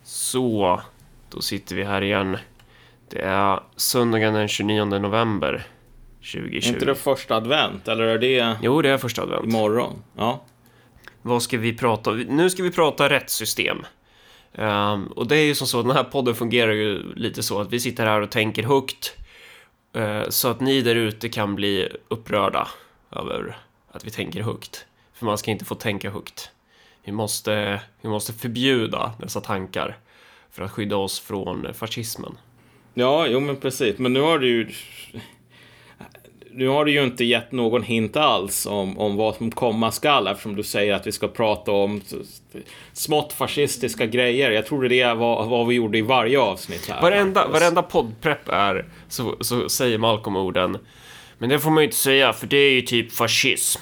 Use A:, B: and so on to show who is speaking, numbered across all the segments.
A: Så, då sitter vi här igen. Det är söndagen den 29 november 2020.
B: Är inte det första advent, eller är det...
A: Jo, det är första advent.
B: Imorgon, ja.
A: Vad ska vi prata om? Nu ska vi prata rättssystem. Och det är ju som så, den här podden fungerar ju lite så att vi sitter här och tänker högt. Så att ni där ute kan bli upprörda över att vi tänker högt. För man ska inte få tänka högt. Vi måste förbjuda dessa tankar för att skydda oss från fascismen.
B: Ja, jo men precis. Men nu har du ju inte gett någon hint alls om vad som komma skall, eftersom du säger att vi ska prata om smått fascistiska grejer. Jag tror det var vad vi gjorde i varje avsnitt här.
A: Varenda poddprepp är så säger Malcolm orden. Men det får man ju inte säga, för det är ju typ fascism.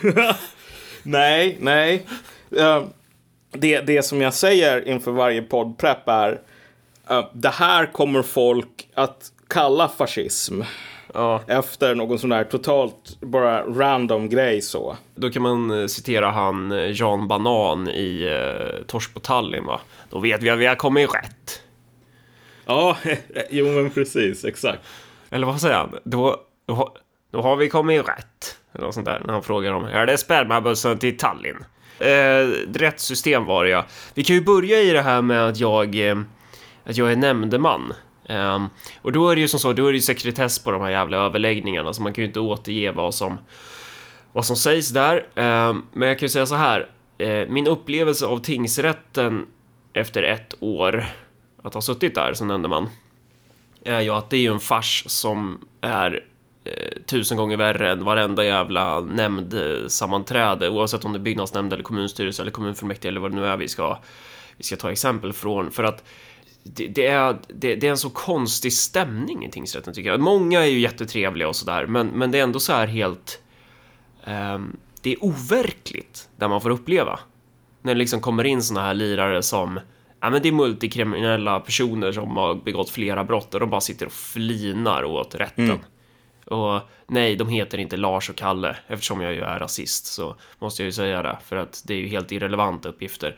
B: Nej. Det som jag säger inför varje poddprepp är det här kommer folk att kalla fascism.
A: Ja.
B: Efter någon sån där totalt bara random grej så.
A: Då kan man citera han Jan Banan i Torsk på Tallinn, va? Då vet vi att vi har kommit rätt.
B: Ja, jo men precis, exakt.
A: Eller vad säger han? Då har vi kommit rätt. Eller något sånt där, när han frågar om är det spermabussen till Tallinn? Rättssystem var det, ja. Vi kan ju börja i det här med att jag är nämndeman. Och då är det ju som så, då är det ju sekretess på de här jävla överläggningarna, så man kan ju inte återge vad som sägs där. Men jag kan ju säga så här, min upplevelse av tingsrätten efter 1 år att ha suttit där som nämndeman är ju att det är ju en fars som är 1000 gånger värre än varenda jävla nämndsammanträde, oavsett om det är byggnadsnämnd eller kommunstyrelse eller kommunfullmäktige eller vad det nu är vi ska ta exempel från, för att det är en så konstig stämning i tingsrätten, tycker jag. Många är ju jättetrevliga och sådär, men det är ändå så här helt det är overkligt där man får uppleva när det liksom kommer in såna här lirare som men det är multikriminella personer som har begått flera brott och de bara sitter och flinar åt rätten. Och nej, de heter inte Lars och Kalle. Eftersom jag ju är rasist så måste jag ju säga det, för att det är ju helt irrelevanta uppgifter.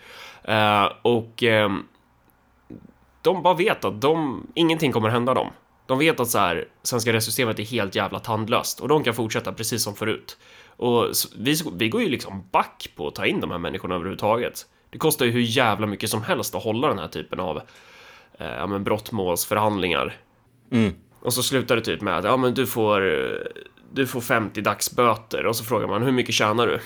A: De bara vet att ingenting kommer hända dem. De vet att så här, svenska rättssystemet är helt jävla tandlöst och de kan fortsätta precis som förut. Och vi går ju liksom back på att ta in de här människorna överhuvudtaget. Det kostar ju hur jävla mycket som helst att hålla den här typen av brottmålsförhandlingar. Och så slutar det typ med att du får 50 dagsböter. Och så frågar man, hur mycket tjänar du?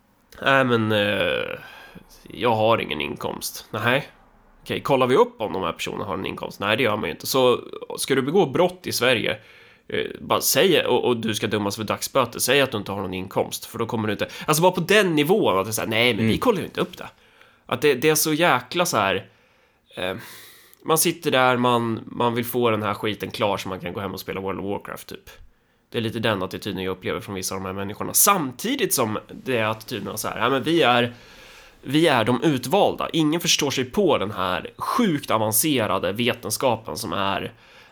A: Jag har ingen inkomst. Nej. Okej, kollar vi upp om de här personerna har en inkomst? Nej, det gör man ju inte. Så ska du begå brott i Sverige, bara säg, och du ska dömas för dagsböter, säg att du inte har någon inkomst, för då kommer du inte, alltså bara på den nivån att det är så här, nej, men vi kollar ju inte upp det. Att det är så jäkla så här, man sitter där, man vill få den här skiten klar så man kan gå hem och spela World of Warcraft typ. Det är lite den attityden jag upplever från vissa av de här människorna, samtidigt som det är attityden så här, men vi är de utvalda. Ingen förstår sig på den här sjukt avancerade vetenskapen som är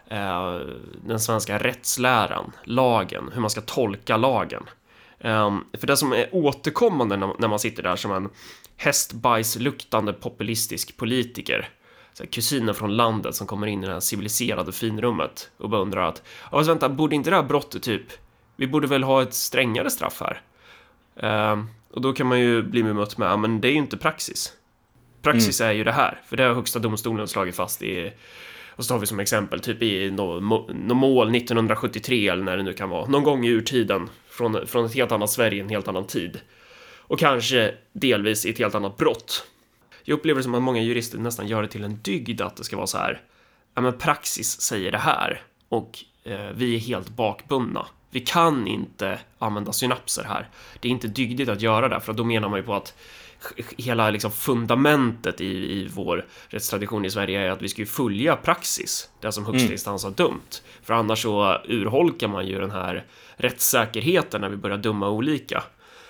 A: den svenska rättsläran, lagen, hur man ska tolka lagen. För det som är återkommande när man sitter där som en hästbajsluktande populistisk politiker, så här, kusiner från landet som kommer in i det här civiliserade finrummet och bara undrar att, vänta, borde inte det här brottet typ, vi borde väl ha ett strängare straff här? Och då kan man ju bli bemött med, men det är ju inte praxis. Praxis är ju det här, för det har högsta domstolen slagit fast i, och så har vi som exempel typ i mål 1973 eller när det nu kan vara, någon gång i urtiden från ett helt annat Sverige, en helt annan tid, och kanske delvis i ett helt annat brott. Jag upplever det som att många jurister nästan gör det till en dygd att det ska vara så här, men praxis säger det här och vi är helt bakbundna. Vi kan inte använda synapser här. Det är inte dygdigt att göra det, för då menar man ju på att hela liksom fundamentet i vår rättstradition i Sverige är att vi ska ju följa praxis, det som högsta instans har dömt. För annars så urholkar man ju den här rättssäkerheten när vi börjar döma olika.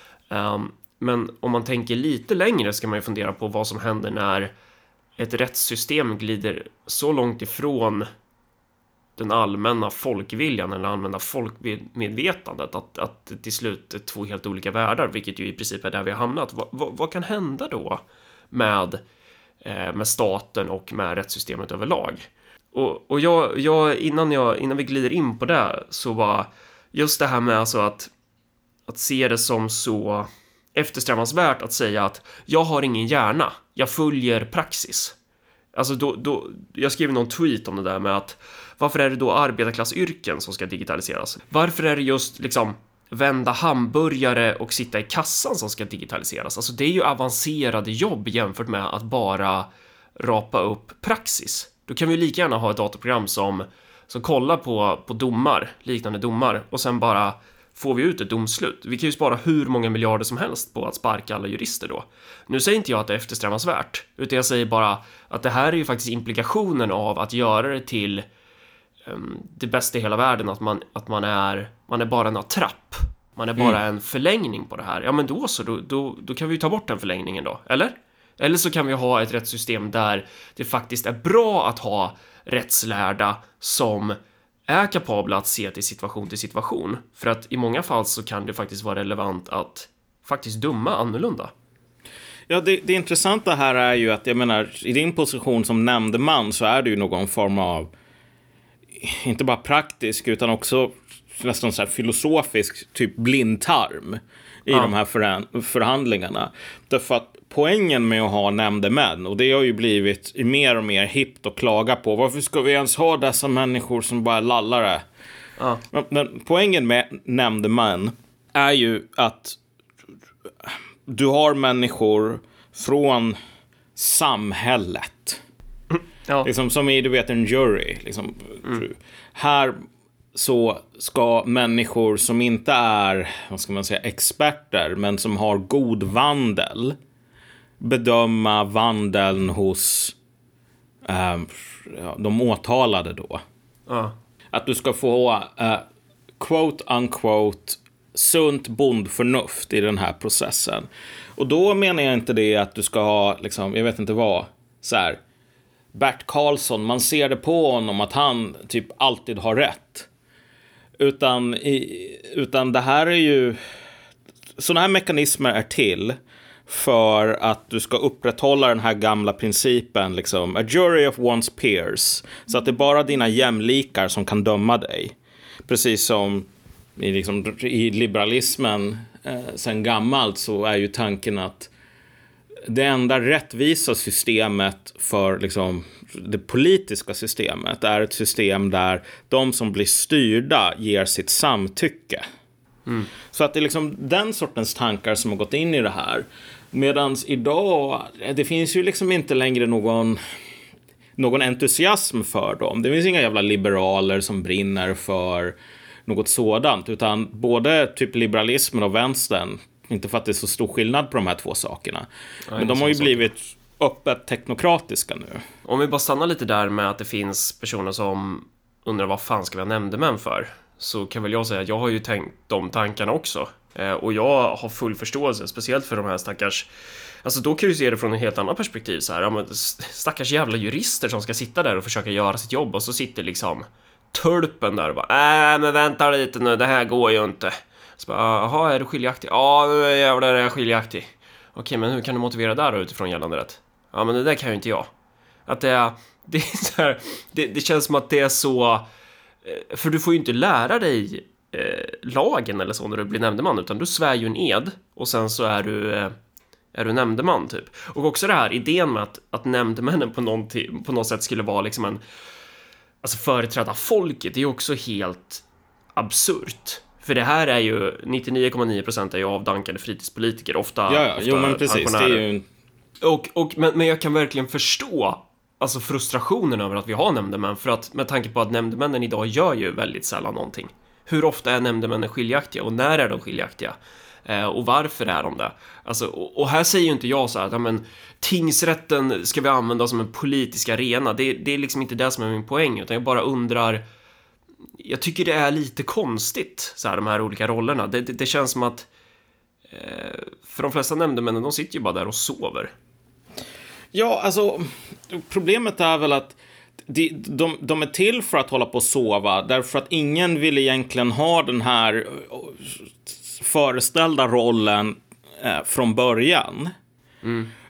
A: Men om man tänker lite längre ska man ju fundera på vad som händer när ett rättssystem glider så långt ifrån den allmänna folkviljan eller allmänna folkmedvetandet att till slut är 2 helt olika världar, vilket ju i princip är där vi har hamnat. Vad kan hända då med med staten och med rättssystemet överlag. Och innan vi glider in på det, så var just det här med alltså att se det som så eftersträvansvärt att säga att jag har ingen hjärna, jag följer praxis. Alltså jag skrev någon tweet om det där med att varför är det då arbetarklassyrken som ska digitaliseras? Varför är det just liksom vända hamburgare och sitta i kassan som ska digitaliseras? Alltså det är ju avancerade jobb jämfört med att bara rapa upp praxis. Då kan vi lika gärna ha ett dataprogram som kollar på domar, liknande domar, och sen bara får vi ut ett domslut. Vi kan ju spara hur många miljarder som helst på att sparka alla jurister då. Nu säger inte jag att det är eftersträvansvärt, utan jag säger bara att det här är ju faktiskt implikationen av att göra det till det bästa i hela världen, att man är bara en attrapp. Man är bara en förlängning på det här. Ja, men då kan vi ju ta bort den förlängningen då, eller? Eller så kan vi ha ett rättssystem där det faktiskt är bra att ha rättslärda som är kapabla att se till situation. För att i många fall så kan det faktiskt vara relevant att faktiskt döma annorlunda.
B: Ja, det intressanta här är ju att, jag menar, i din position som nämndeman så är det ju någon form av, inte bara praktisk utan också nästan så här filosofisk typ blindtarm i de här förhandlingarna. Därför att poängen med att ha nämndemän, och det har ju blivit mer och mer hippt att klaga på, varför ska vi ens ha dessa människor som bara är lallare? Men poängen med nämndemän är ju att du har människor från samhället. Liksom, som i, du vet, en jury. Liksom. Här så ska människor som inte är, vad ska man säga, experter, men som har god vandel, bedöma vandeln hos de åtalade då. Att du ska få quote unquote sunt bondförnuft i den här processen. Och då menar jag inte det att du ska ha, liksom, jag vet inte vad, så här, Bert Karlsson, man ser det på honom att han typ alltid har rätt. Utan det här är ju, sådana här mekanismer är till för att du ska upprätthålla den här gamla principen, liksom, a jury of one's peers, så att det är bara dina jämlikar som kan döma dig. Precis som i liberalismen sen gammalt, så är ju tanken att det enda rättvisa systemet för, liksom, det politiska systemet är ett system där de som blir styrda ger sitt samtycke. Så att det är liksom den sortens tankar som har gått in i det här. Medans idag, det finns ju liksom inte längre någon entusiasm för dem. Det finns inga jävla liberaler som brinner för något sådant, utan både typ liberalismen och vänstern, inte för att det är så stor skillnad på de här två sakerna, men de har ju blivit öppet teknokratiska nu.
A: Om vi bara stannar lite där med att det finns personer som undrar vad fan ska vi ha nämndemän för, så kan väl jag säga att jag har ju tänkt de tankarna också. Och jag har full förståelse, speciellt för de här stackars, alltså då kan du se det från en helt annan perspektiv så här, stackars jävla jurister som ska sitta där och försöka göra sitt jobb, och så sitter liksom tulpen där och bara, men vänta lite nu, det här går ju inte. Så bara, jaha, är du skiljaktig? Ja, nu jävlar är jag skiljaktig. Okej, men hur kan du motivera där då utifrån gällande rätt? Ja, men det där kan ju inte jag. Att det är så här, det känns som att det är så, för du får ju inte lära dig lagen eller så när du blir nämndeman, utan du svär ju en ed och sen så är du nämndeman typ. Och också det här idén med att nämndemännen på något sätt skulle vara liksom alltså företräda folket, det är ju också helt absurt. För det här är ju 99,9% är ju avdankade fritidspolitiker, ofta
B: jo, men precis, det är ju...
A: men jag kan verkligen förstå alltså frustrationen över att vi har nämndemän, för att med tanke på att nämndemännen idag gör ju väldigt sällan någonting. Hur ofta är nämndemännen skiljaktiga och när är de skiljaktiga? Och varför är de det? Alltså, och här säger ju inte jag så här att men, tingsrätten ska vi använda som en politisk arena. Det är liksom inte det som är min poäng, utan jag bara undrar, jag tycker det är lite konstigt så här, de här olika rollerna. Det känns som att för de flesta nämndemännen, de sitter ju bara där och sover.
B: Ja, alltså problemet är väl att de är till för att hålla på och sova, därför att ingen vill egentligen ha den här föreställda rollen från början.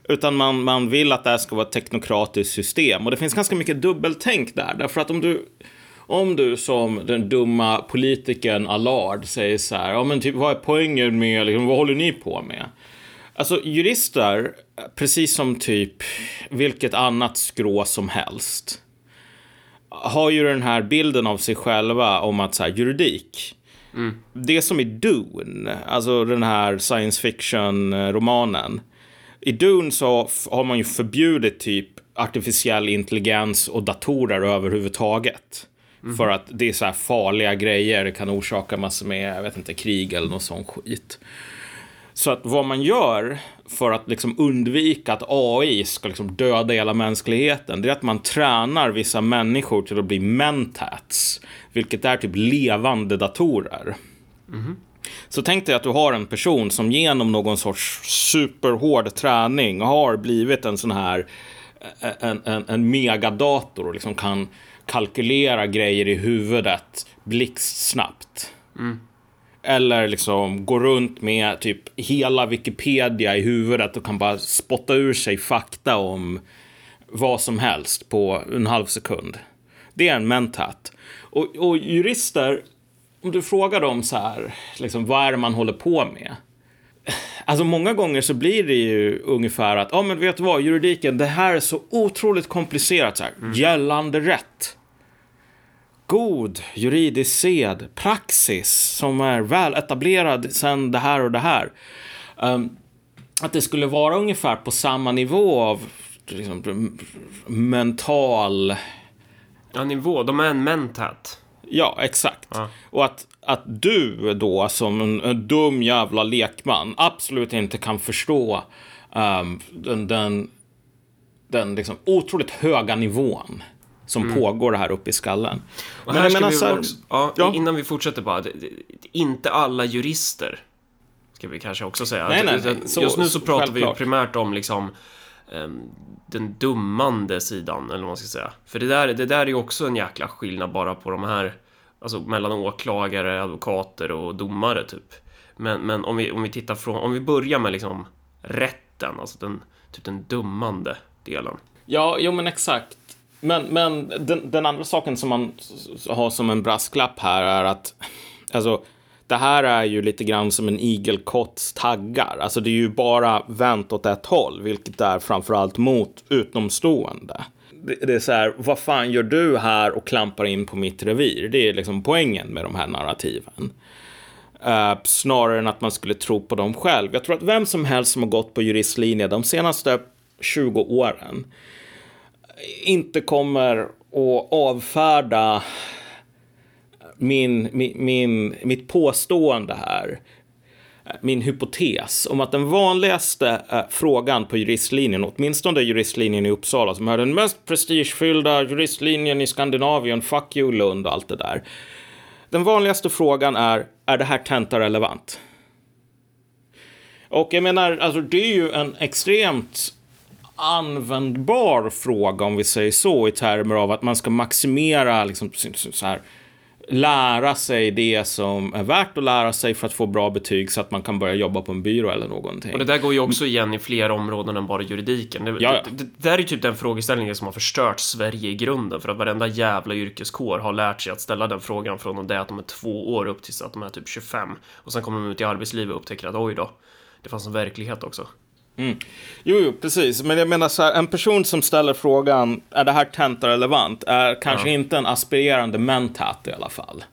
B: Utan man vill att det här ska vara ett teknokratiskt system. Och det finns ganska mycket dubbeltänk där. Därför att om du som den dumma politikern Allard säger så här, ja men typ vad är poängen med, liksom, vad håller ni på med? Alltså jurister, precis som typ vilket annat skrå som helst, har ju den här bilden av sig själva om att så här, juridik, det som i Dune, alltså den här science fiction-romanen, i Dune så har man ju förbjudit typ artificiell intelligens och datorer överhuvudtaget. För att det är så här farliga grejer, det kan orsaka massor med, jag vet inte, krig eller någon sån skit. Så att vad man gör för att liksom undvika att AI ska liksom döda hela mänskligheten, det är att man tränar vissa människor till att bli mentats, vilket är typ levande datorer. Så tänk dig att du har en person som genom någon sorts superhård träning har blivit en sån här en megadator och liksom kan kalkylera grejer i huvudet blixtsnabbt. Eller liksom gå runt med typ hela Wikipedia i huvudet och kan bara spotta ur sig fakta om vad som helst på en halv sekund. Det är en mentat. Och jurister, om du frågar dem så här, liksom, vad är det man håller på med? Alltså många gånger så blir det ju ungefär att, ja men vet du vad, juridiken, det här är så otroligt komplicerat så här. Gällande rätt, god juridisk sed, praxis som är väl etablerad sen det här och det här. Att det skulle vara ungefär på samma nivå av liksom, mental...
A: Ja, nivå, de är en mentat.
B: Ja, exakt. Ja. Och att du då som en dum jävla lekman absolut inte kan förstå den liksom otroligt höga nivån som pågår det här uppe i skallen.
A: Och här ska vi också, innan vi fortsätter bara, inte alla jurister ska vi kanske också säga.
B: Nej,
A: just nu så pratar vi ju primärt om liksom den dummande sidan, eller vad man ska säga. För det där är ju också en jäkla skillnad bara på de här, alltså mellan åklagare, advokater och domare typ. Men om vi tittar om vi börjar med liksom rätten, alltså den dummande delen.
B: Ja, jo men exakt. Men den andra saken som man har som en brasklapp här är att alltså det här är ju lite grann som en igelkotts taggar. Alltså det är ju bara vänt åt ett håll, vilket är framförallt mot utomstående. Det är så här, vad fan gör du här och klampar in på mitt revir? Det är liksom poängen med de här narrativen. Snarare än att man skulle tro på dem själv. Jag tror att vem som helst som har gått på juristlinje de senaste 20 åren inte kommer att avfärda mitt påstående här, min hypotes om att den vanligaste frågan på juristlinjen, åtminstone juristlinjen i Uppsala som är den mest prestigefyllda juristlinjen i Skandinavien, fuck you Lund och allt det där. Den vanligaste frågan är det här tentarelevant? Och jag menar, alltså det är ju en extremt användbar fråga om vi säger så, i termer av att man ska maximera liksom, så här, lära sig det som är värt att lära sig för att få bra betyg så att man kan börja jobba på en byrå eller någonting.
A: Och det där går ju också igen i flera områden än bara juridiken. Det där är typ den frågeställningen som har förstört Sverige i grunden, för att varenda jävla yrkeskår har lärt sig att ställa den frågan från det att de är 2 år upp tills att de är typ 25. Och sen kommer de ut i arbetslivet och upptäcker att oj då, det fanns en verklighet också.
B: Jo, precis. Men jag menar så här, en person som ställer frågan, är det här tentarelevant, är kanske inte en aspirerande mentat i alla fall.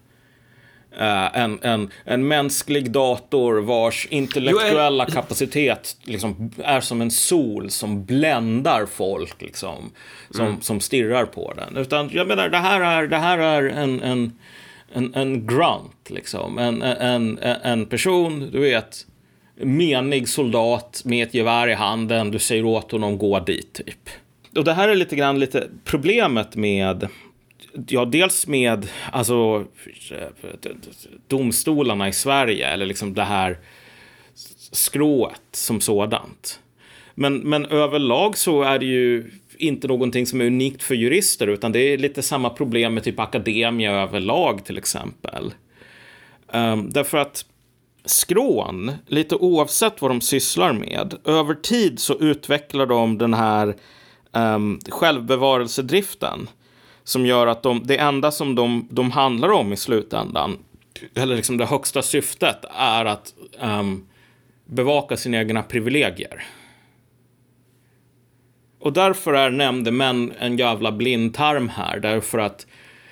B: En mänsklig dator vars intellektuella kapacitet liksom är som en sol som bländar folk liksom, som stirrar på den. Utan jag menar, det här är en grunt liksom, en person, du vet, menig soldat med ett gevär i handen, du säger åt honom gå dit typ. Och det här är lite problemet med, ja, dels med alltså domstolarna i Sverige, eller liksom det här skrået som sådant. Men överlag så är det ju inte någonting som är unikt för jurister, utan det är lite samma problem med typ akademia överlag till exempel. Därför att skrån, lite oavsett vad de sysslar med. Över tid så utvecklar de den här självbevarelsedriften som gör att det enda som de handlar om i slutändan, eller liksom det högsta syftet, är att bevaka sina egna privilegier. Och därför är nämndemän en jävla blindtarm här, därför att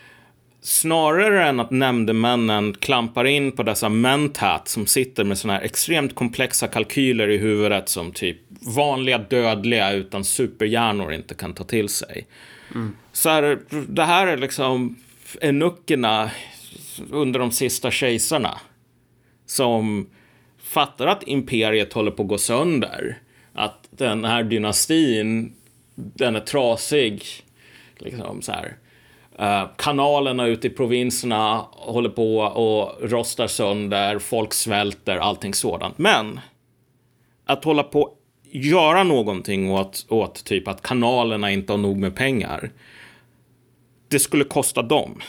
B: snarare än att nämndemännen klampar in på dessa mentat som sitter med såna här extremt komplexa kalkyler i huvudet som typ vanliga dödliga utan superhjärnor inte kan ta till sig. Så här, det här är liksom enuckerna under de sista kejsarna som fattar att imperiet håller på att gå sönder. Att den här dynastin, den är trasig. Liksom så här. Kanalerna ute i provinserna håller på och rostar sönder, folk svälter, allting sådant. Men att hålla på att göra någonting åt typ att kanalerna inte har nog med pengar, det skulle kosta dem.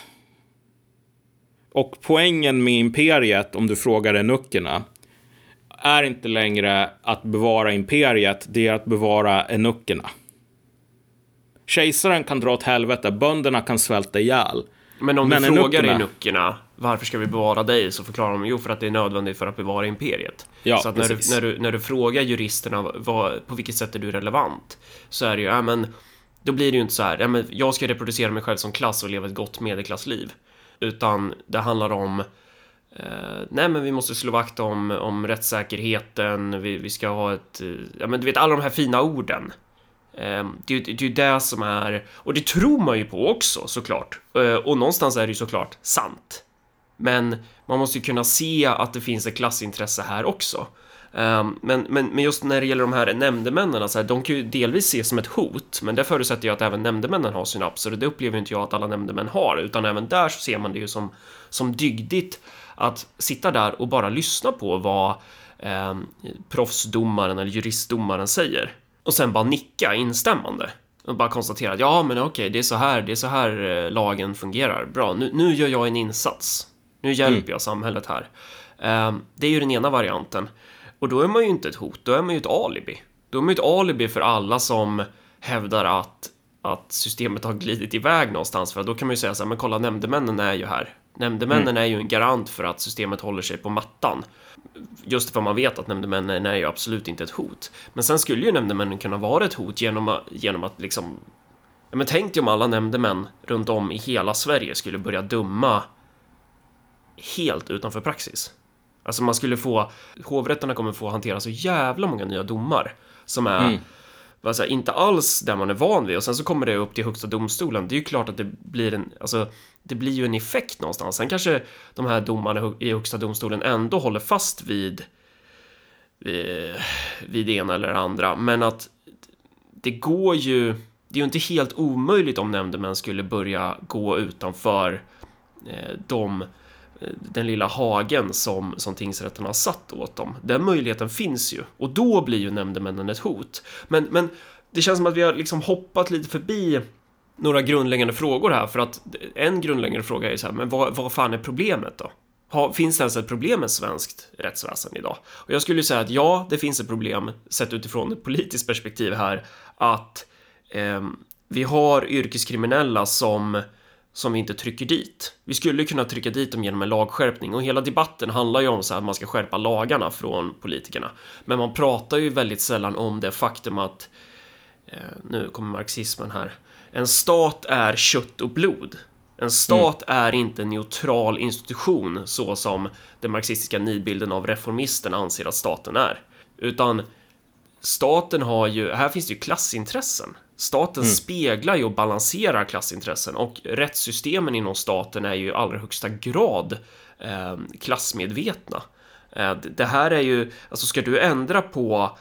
B: Och poängen med imperiet, om du frågar enuckerna, är inte längre att bevara imperiet, det är att bevara enuckerna. Kejsaren kan dra åt helvete, bönderna kan svälta ihjäl.
A: Men om du frågar enuckerna, varför ska vi bevara dig, så förklarar de, jo, för att det är nödvändigt för att bevara imperiet. Ja, så att när du frågar juristerna på vilket sätt är du relevant, så är det ju, men då blir det ju inte så här, men jag ska reproducera mig själv som klass och leva ett gott medelklassliv. Utan det handlar om nej, men vi måste slå vakt om rättssäkerheten, vi ska ha ett, men du vet, alla de här fina orden. Det är ju det som är, och det tror man ju på också, såklart. Och någonstans är det ju såklart sant. Men man måste ju kunna se att det finns ett klassintresse här också. Men just när det gäller de här nämndemännen, så här, de kan ju delvis ses som ett hot, men det förutsätter ju att även nämndemännen har synapser, och det upplever inte jag att alla nämndemän har, utan även där så ser man det ju som dygdigt att sitta där och bara lyssna på vad proffsdomaren eller juristdomaren säger, och sen bara nicka instämmande och bara konstatera att ja, men okej, det är så här lagen fungerar. Bra, nu gör jag en insats. Nu hjälper jag samhället här. Det är ju den ena varianten. Och då är man ju inte ett hot, då är man ju ett alibi. Då är man ju ett alibi för alla som hävdar att systemet har glidit iväg någonstans. För då kan man ju säga så här, men kolla, nämndemännen är ju här. Nämndemännen är ju en garant för att systemet håller sig på mattan. Just för man vet att nämndemännen är ju absolut inte ett hot. Men sen skulle ju nämndemännen kunna vara ett hot genom att liksom... Ja, men tänk dig om alla nämndemän runt om i hela Sverige skulle börja döma helt utanför praxis. Alltså man skulle få... Hovrätterna kommer få hantera så jävla många nya domar som är... Alltså, inte alls där man är van vid, och sen så kommer det upp till högsta domstolen. Det är ju klart att det blir det blir ju en effekt någonstans. Sen kanske de här domarna i högsta domstolen ändå håller fast vid det ena eller det andra, men att det är ju inte helt omöjligt om nämndemän skulle börja gå utanför den lilla hagen som tingsrätten har satt åt dem. Den möjligheten finns ju, och då blir ju nämndemännen ett hot. Men det känns som att vi har liksom hoppat lite förbi några grundläggande frågor här, för att en grundläggande fråga är så här, men vad fan är problemet då? Finns det ens ett problem med svenskt rättsväsen idag? Och jag skulle ju säga att ja, det finns ett problem sett utifrån ett politiskt perspektiv här, att vi har yrkeskriminella som vi inte trycker dit. Vi skulle kunna trycka dit dem genom en lagskärpning, och hela debatten handlar ju om så att man ska skärpa lagarna från politikerna. Men man pratar ju väldigt sällan om det faktum att nu kommer marxismen här. En stat är kött och blod. En stat är inte en neutral institution så som den marxistiska nidbilden av reformisten anser att staten är. Utan staten har ju, här finns det ju klassintressen. Staten speglar ju och balanserar klassintressen, och rättssystemen inom staten är ju i allra högsta grad klassmedvetna. Det här är ju, alltså ska du ändra på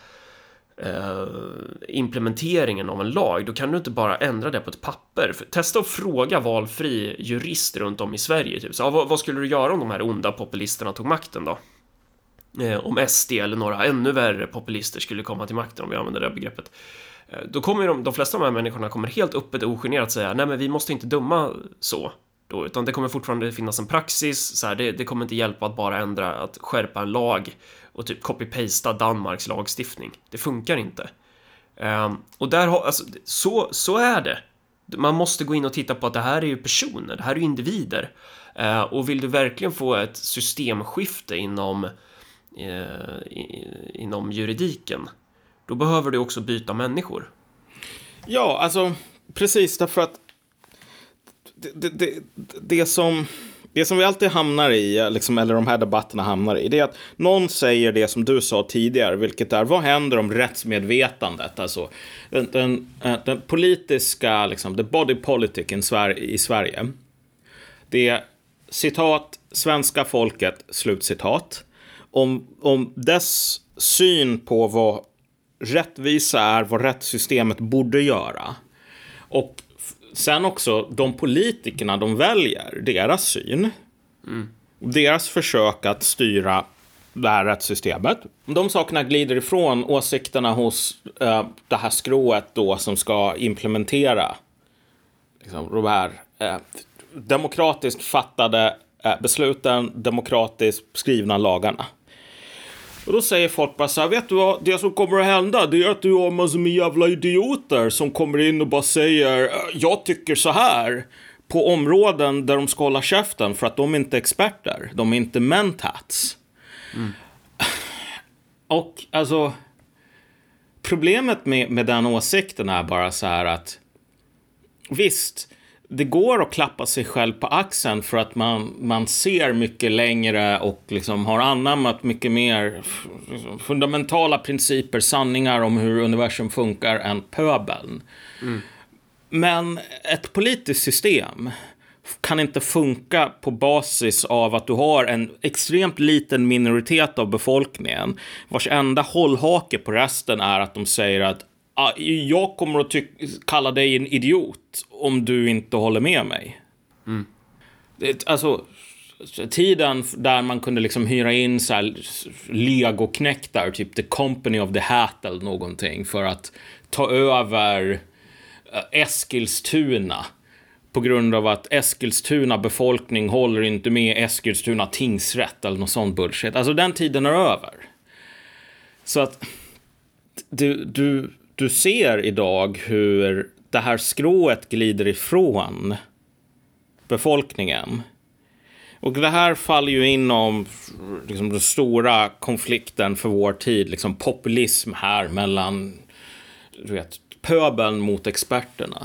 A: implementeringen av en lag, då kan du inte bara ändra det på ett papper. Testa att fråga valfri jurist runt om i Sverige typ. Så, vad skulle du göra om de här onda populisterna tog makten då? Om SD eller några ännu värre populister skulle komma till makten, om vi använder det här begreppet. Då kommer de flesta av de här människorna kommer helt öppet och ogenerat säga, nej men vi måste inte döma så. då, utan det kommer fortfarande finnas en praxis. Så här, det kommer inte hjälpa att bara att skärpa en lag och typ copy-pasta Danmarks lagstiftning. Det funkar inte. Och där alltså, så är det. Man måste gå in och titta på att det här är ju personer, det här är ju individer. Och vill du verkligen få ett systemskifte inom juridiken, då behöver du också byta människor.
B: Ja, alltså precis, därför att det som vi alltid hamnar i, liksom, eller de här debatterna hamnar i, det är att någon säger det som du sa tidigare, vilket är, vad händer om rättsmedvetandet, alltså den politiska, liksom, the body politic i Sverige. Det är citat, svenska folket, slutcitat, om dess syn på vad rättvisa är, vad rättssystemet borde göra, och sen också de politikerna de väljer, deras syn, deras försök att styra det här rättssystemet. De sakerna glider ifrån åsikterna hos det här skrået då som ska implementera liksom, de här demokratiskt fattade besluten, demokratiskt skrivna lagarna. Och då säger folk bara så här, vet du vad, det som kommer att hända, det är att du har massor med jävla idioter som kommer in och bara säger, jag tycker så här, på områden där de ska hålla käften för att de är inte experter, de är inte mentats. Och alltså, problemet med den åsikten är bara så här att visst, det går att klappa sig själv på axeln för att man ser mycket längre och liksom har anammat mycket mer fundamentala principer, sanningar om hur universum funkar än pöbeln. Men ett politiskt system kan inte funka på basis av att du har en extremt liten minoritet av befolkningen vars enda hållhake på resten är att de säger att jag kommer att kalla dig en idiot om du inte håller med mig. Alltså, tiden där man kunde liksom hyra in så här legoknäktar, typ The Company of the Hat eller någonting, för att ta över Eskilstuna på grund av att Eskilstuna befolkning håller inte med Eskilstuna tingsrätt eller någon sån bullshit. Alltså den tiden är över. Så att du ser idag hur det här skrået glider ifrån befolkningen. Och det här faller ju inom liksom, den stora konflikten för vår tid. Liksom populism här mellan pöbeln mot experterna.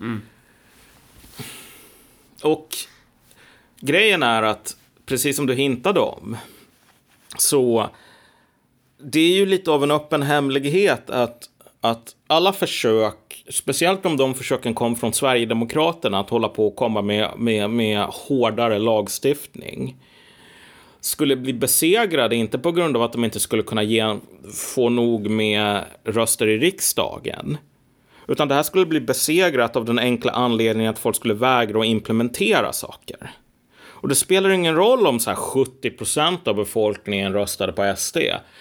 B: Och grejen är att, precis som du hintade om, så det är ju lite av en öppen hemlighet att alla försök, speciellt om de försöken kom från Sverigedemokraterna att hålla på och komma med hårdare lagstiftning, skulle bli besegrade, inte på grund av att de inte skulle kunna få nog med röster i riksdagen, utan det här skulle bli besegrat av den enkla anledningen att folk skulle vägra att implementera saker. Och det spelar ingen roll om så här 70% av befolkningen röstade på SD.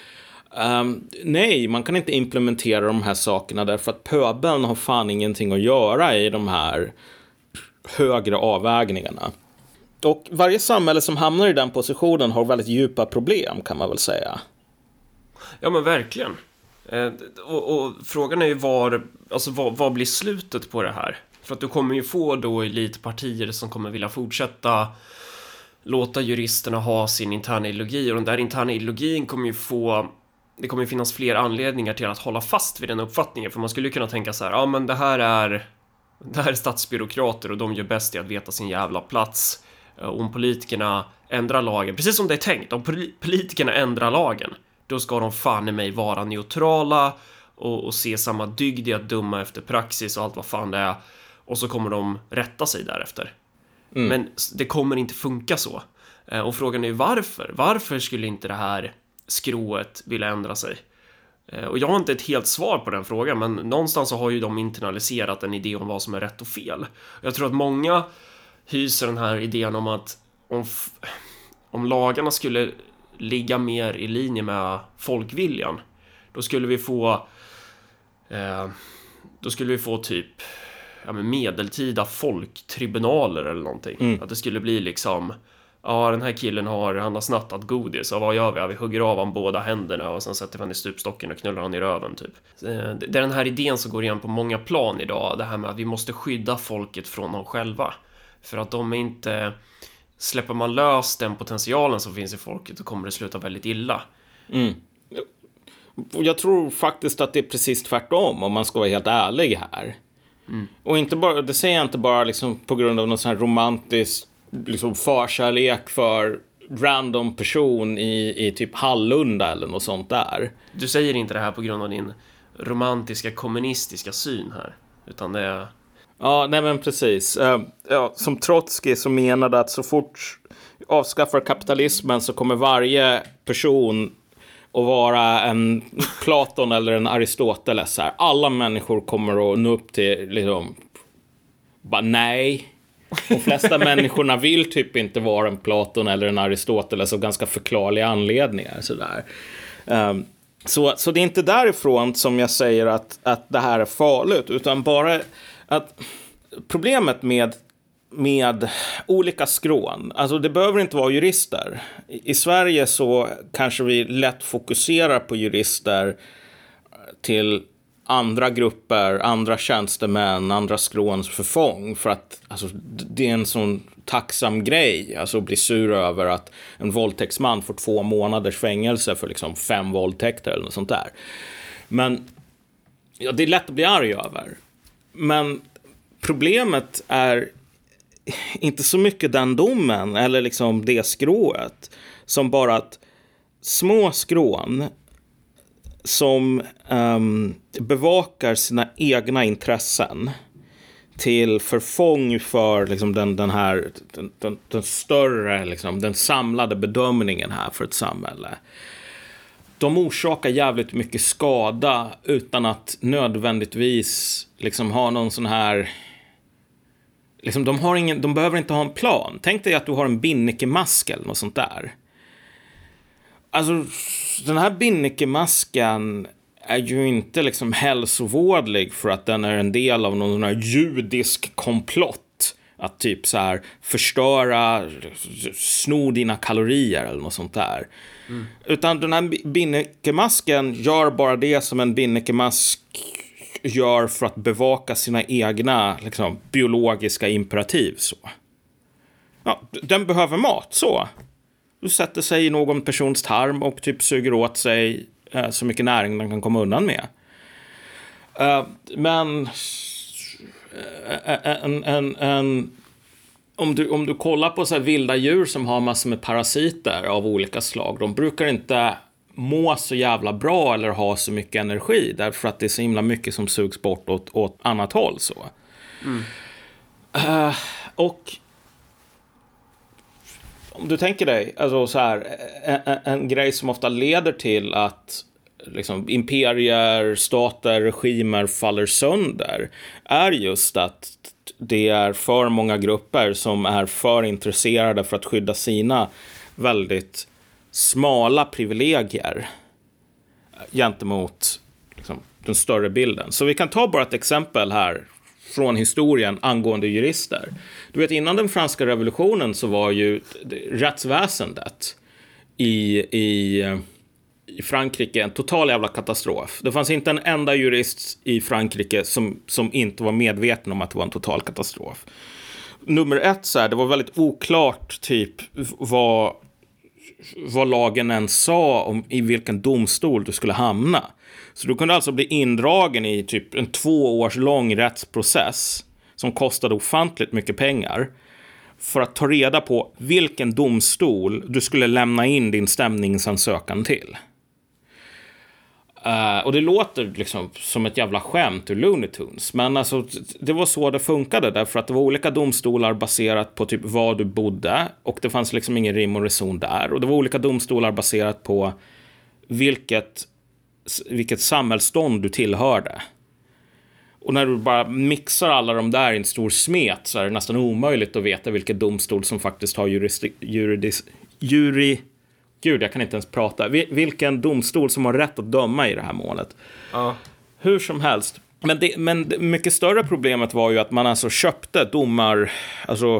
B: Nej, man kan inte implementera de här sakerna därför att pöbeln har fan ingenting att göra i de här högre avvägningarna. Och varje samhälle som hamnar i den positionen har väldigt djupa problem, kan man väl säga.
A: Ja, men verkligen. Och frågan är ju vad blir slutet på det här? För att du kommer ju få då elitpartier som kommer vilja fortsätta låta juristerna ha sin interna ideologi, och den där interna ideologin kommer ju det kommer ju finnas fler anledningar till att hålla fast vid den uppfattningen. För man skulle ju kunna tänka så här, ja men det här är statsbyråkrater och de gör bäst i att veta sin jävla plats. Om politikerna ändrar lagen, precis som det är tänkt, om politikerna ändrar lagen, då ska de fan i mig vara neutrala och se samma dygd i att döma efter praxis och allt vad fan det är. Och så kommer de rätta sig därefter. Men det kommer inte funka så. Och frågan är ju varför? Varför skulle inte det här skrået vilja ändra sig? Och jag har inte ett helt svar på den frågan, men någonstans så har ju de internaliserat en idé om vad som är rätt och fel. Jag tror att många hyser den här idén om att om lagarna skulle ligga mer i linje med folkviljan, då skulle vi få typ medeltida folktribunaler eller någonting. Att det skulle bli liksom, ja, den här killen han har snattat godis, och vad gör vi? Ja, vi hugger av han båda händerna och sen sätter vi han i stupstocken och knullar han i röven typ. Det är den här idén som går igen på många plan idag, det här med att vi måste skydda folket från dem själva. För att de är inte... Släpper man lös den potentialen som finns i folket, så kommer det sluta väldigt illa.
B: Jag tror faktiskt att det är precis tvärtom, om man ska vara helt ärlig här. Och inte bara, det säger jag inte bara liksom på grund av någon sån här romantisk liksom förkärlek för random person i typ Hallunda eller något sånt där.
A: Du säger inte det här på grund av din romantiska kommunistiska syn här, utan det är...
B: Ja, nej men precis. Som Trotsky så menade att så fort avskaffar kapitalismen så kommer varje person att vara en Platon eller en Aristoteles här. Alla människor kommer att nå upp till liksom, bara nej. De flesta människorna vill typ inte vara en Platon eller en Aristoteles av ganska förklarliga anledningar sådär. Så det är inte därifrån som jag säger att det här är farligt, utan bara att problemet med olika skrån, alltså det behöver inte vara jurister. I Sverige så kanske vi lätt fokuserar på jurister till andra grupper, andra tjänstemän, andra skråns förfång, för att alltså, det är en sån tacksam grej, alltså bli sur över att en våldtäktsman får 2 månaders fängelse för liksom 5 våldtäkter eller något sånt där. Men ja, det är lätt att bli arg över. Men problemet är inte så mycket den domen eller liksom det skrået, som bara att små skrån som bevakar sina egna intressen till förfång för liksom den större liksom, den samlade bedömningen här för ett samhälle. De orsakar jävligt mycket skada utan att nödvändigtvis liksom ha någon sån här liksom, de behöver inte ha en plan. Tänk dig att du har en Binnike-mask eller något sånt där. Alltså, den här Binnike-masken är ju inte liksom hälsovådlig för att den är en del av någon sån här judisk komplott. Att typ så här förstöra, sno dina kalorier eller något sånt där. Utan den här Binnike-masken gör bara det som en Binnike-mask gör för att bevaka sina egna liksom, biologiska imperativ. Så. Ja, den behöver mat, så. Du sätter sig i någon persons tarm och typ suger åt sig så mycket näring den kan komma undan med. Men om du kollar på så här vilda djur som har massor med parasiter av olika slag, de brukar inte må så jävla bra eller ha så mycket energi, därför att det är så himla mycket som sugs bort åt annat håll. Så. Och om du tänker dig alltså så här, en grej som ofta leder till att liksom, imperier, stater, regimer faller sönder är just att det är för många grupper som är för intresserade för att skydda sina väldigt smala privilegier gentemot liksom, den större bilden. Så vi kan ta bara ett exempel här från historien angående jurister. Du vet, innan den franska revolutionen så var ju rättsväsendet i Frankrike en total jävla katastrof. Det fanns inte en enda jurist i Frankrike som inte var medveten om att det var en total katastrof. Nummer 1 så här, det var väldigt oklart typ vad lagen än sa om i vilken domstol du skulle hamna. Så du kunde alltså bli indragen i typ en 2 års lång rättsprocess som kostade ofantligt mycket pengar för att ta reda på vilken domstol du skulle lämna in din stämningsansökan till. Och det låter liksom som ett jävla skämt ur Looney Tunes. Men alltså, det var så det funkade. Därför att det var olika domstolar baserat på typ var du bodde. Och det fanns liksom ingen rim och reson där. Och det var olika domstolar baserat på vilket samhällsstånd du tillhörde. Och när du bara mixar alla de där i en stor smet så är det nästan omöjligt att veta vilken domstol som faktiskt har Gud, jag kan inte ens prata. Vilken domstol som har rätt att döma i det här målet.
A: Ja.
B: Hur som helst. Men det mycket större problemet var ju att man alltså köpte domar, alltså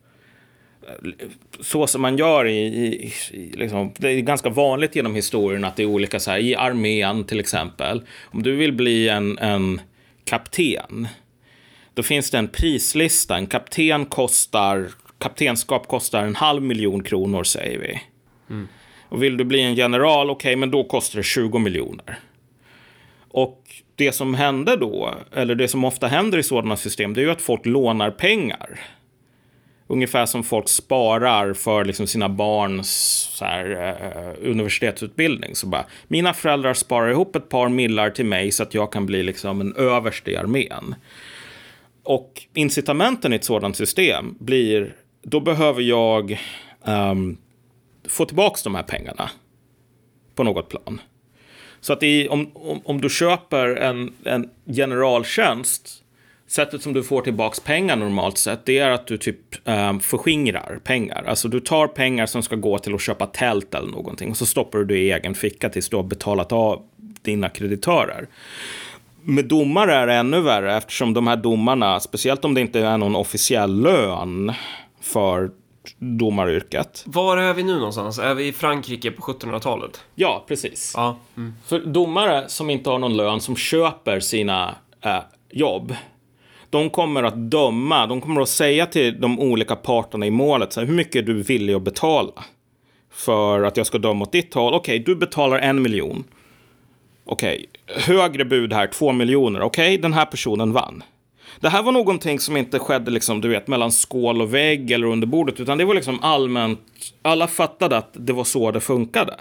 B: så som man gör liksom, det är ganska vanligt genom historien att det är olika så här, i armén till exempel. Om du vill bli en kapten, då finns det en prislista. En kaptenskap kostar 500 000 kronor, säger vi. Och vill du bli en general, okej, men då kostar det 20 miljoner. Och det som hände då, eller det som ofta händer i sådana system, det är ju att folk lånar pengar. Ungefär som folk sparar för liksom sina barns så här, universitetsutbildning. Så bara, mina föräldrar sparar ihop ett par millar till mig så att jag kan bli liksom en överste i armén. Och incitamenten i ett sådant system blir, då behöver jag få tillbaka de här pengarna på något plan. Så att om du köper en generaltjänst, sättet som du får tillbaka pengar normalt sett, det är att du typ förskingrar pengar. Alltså du tar pengar som ska gå till att köpa tält eller någonting, och så stoppar du det i egen ficka tills du har betalat av dina kreditörer. Med domare är det ännu värre, eftersom de här domarna, speciellt om det inte är någon officiell lön för domaryrket.
A: Var är vi nu någonstans? Är vi i Frankrike på 1700-talet?
B: Ja, precis.
A: Ja.
B: För domare som inte har någon lön, som köper sina jobb, de kommer att döma, de kommer att säga till de olika parterna i målet så här, hur mycket är du villig att betala för att jag ska döma åt ditt håll. Okej, du betalar 1 miljon. Okej, högre bud här, 2 miljoner. Okej, den här personen vann. Det här var någonting som inte skedde liksom, du vet, mellan skål och vägg eller under bordet, utan det var liksom allmänt, alla fattade att det var så det funkade.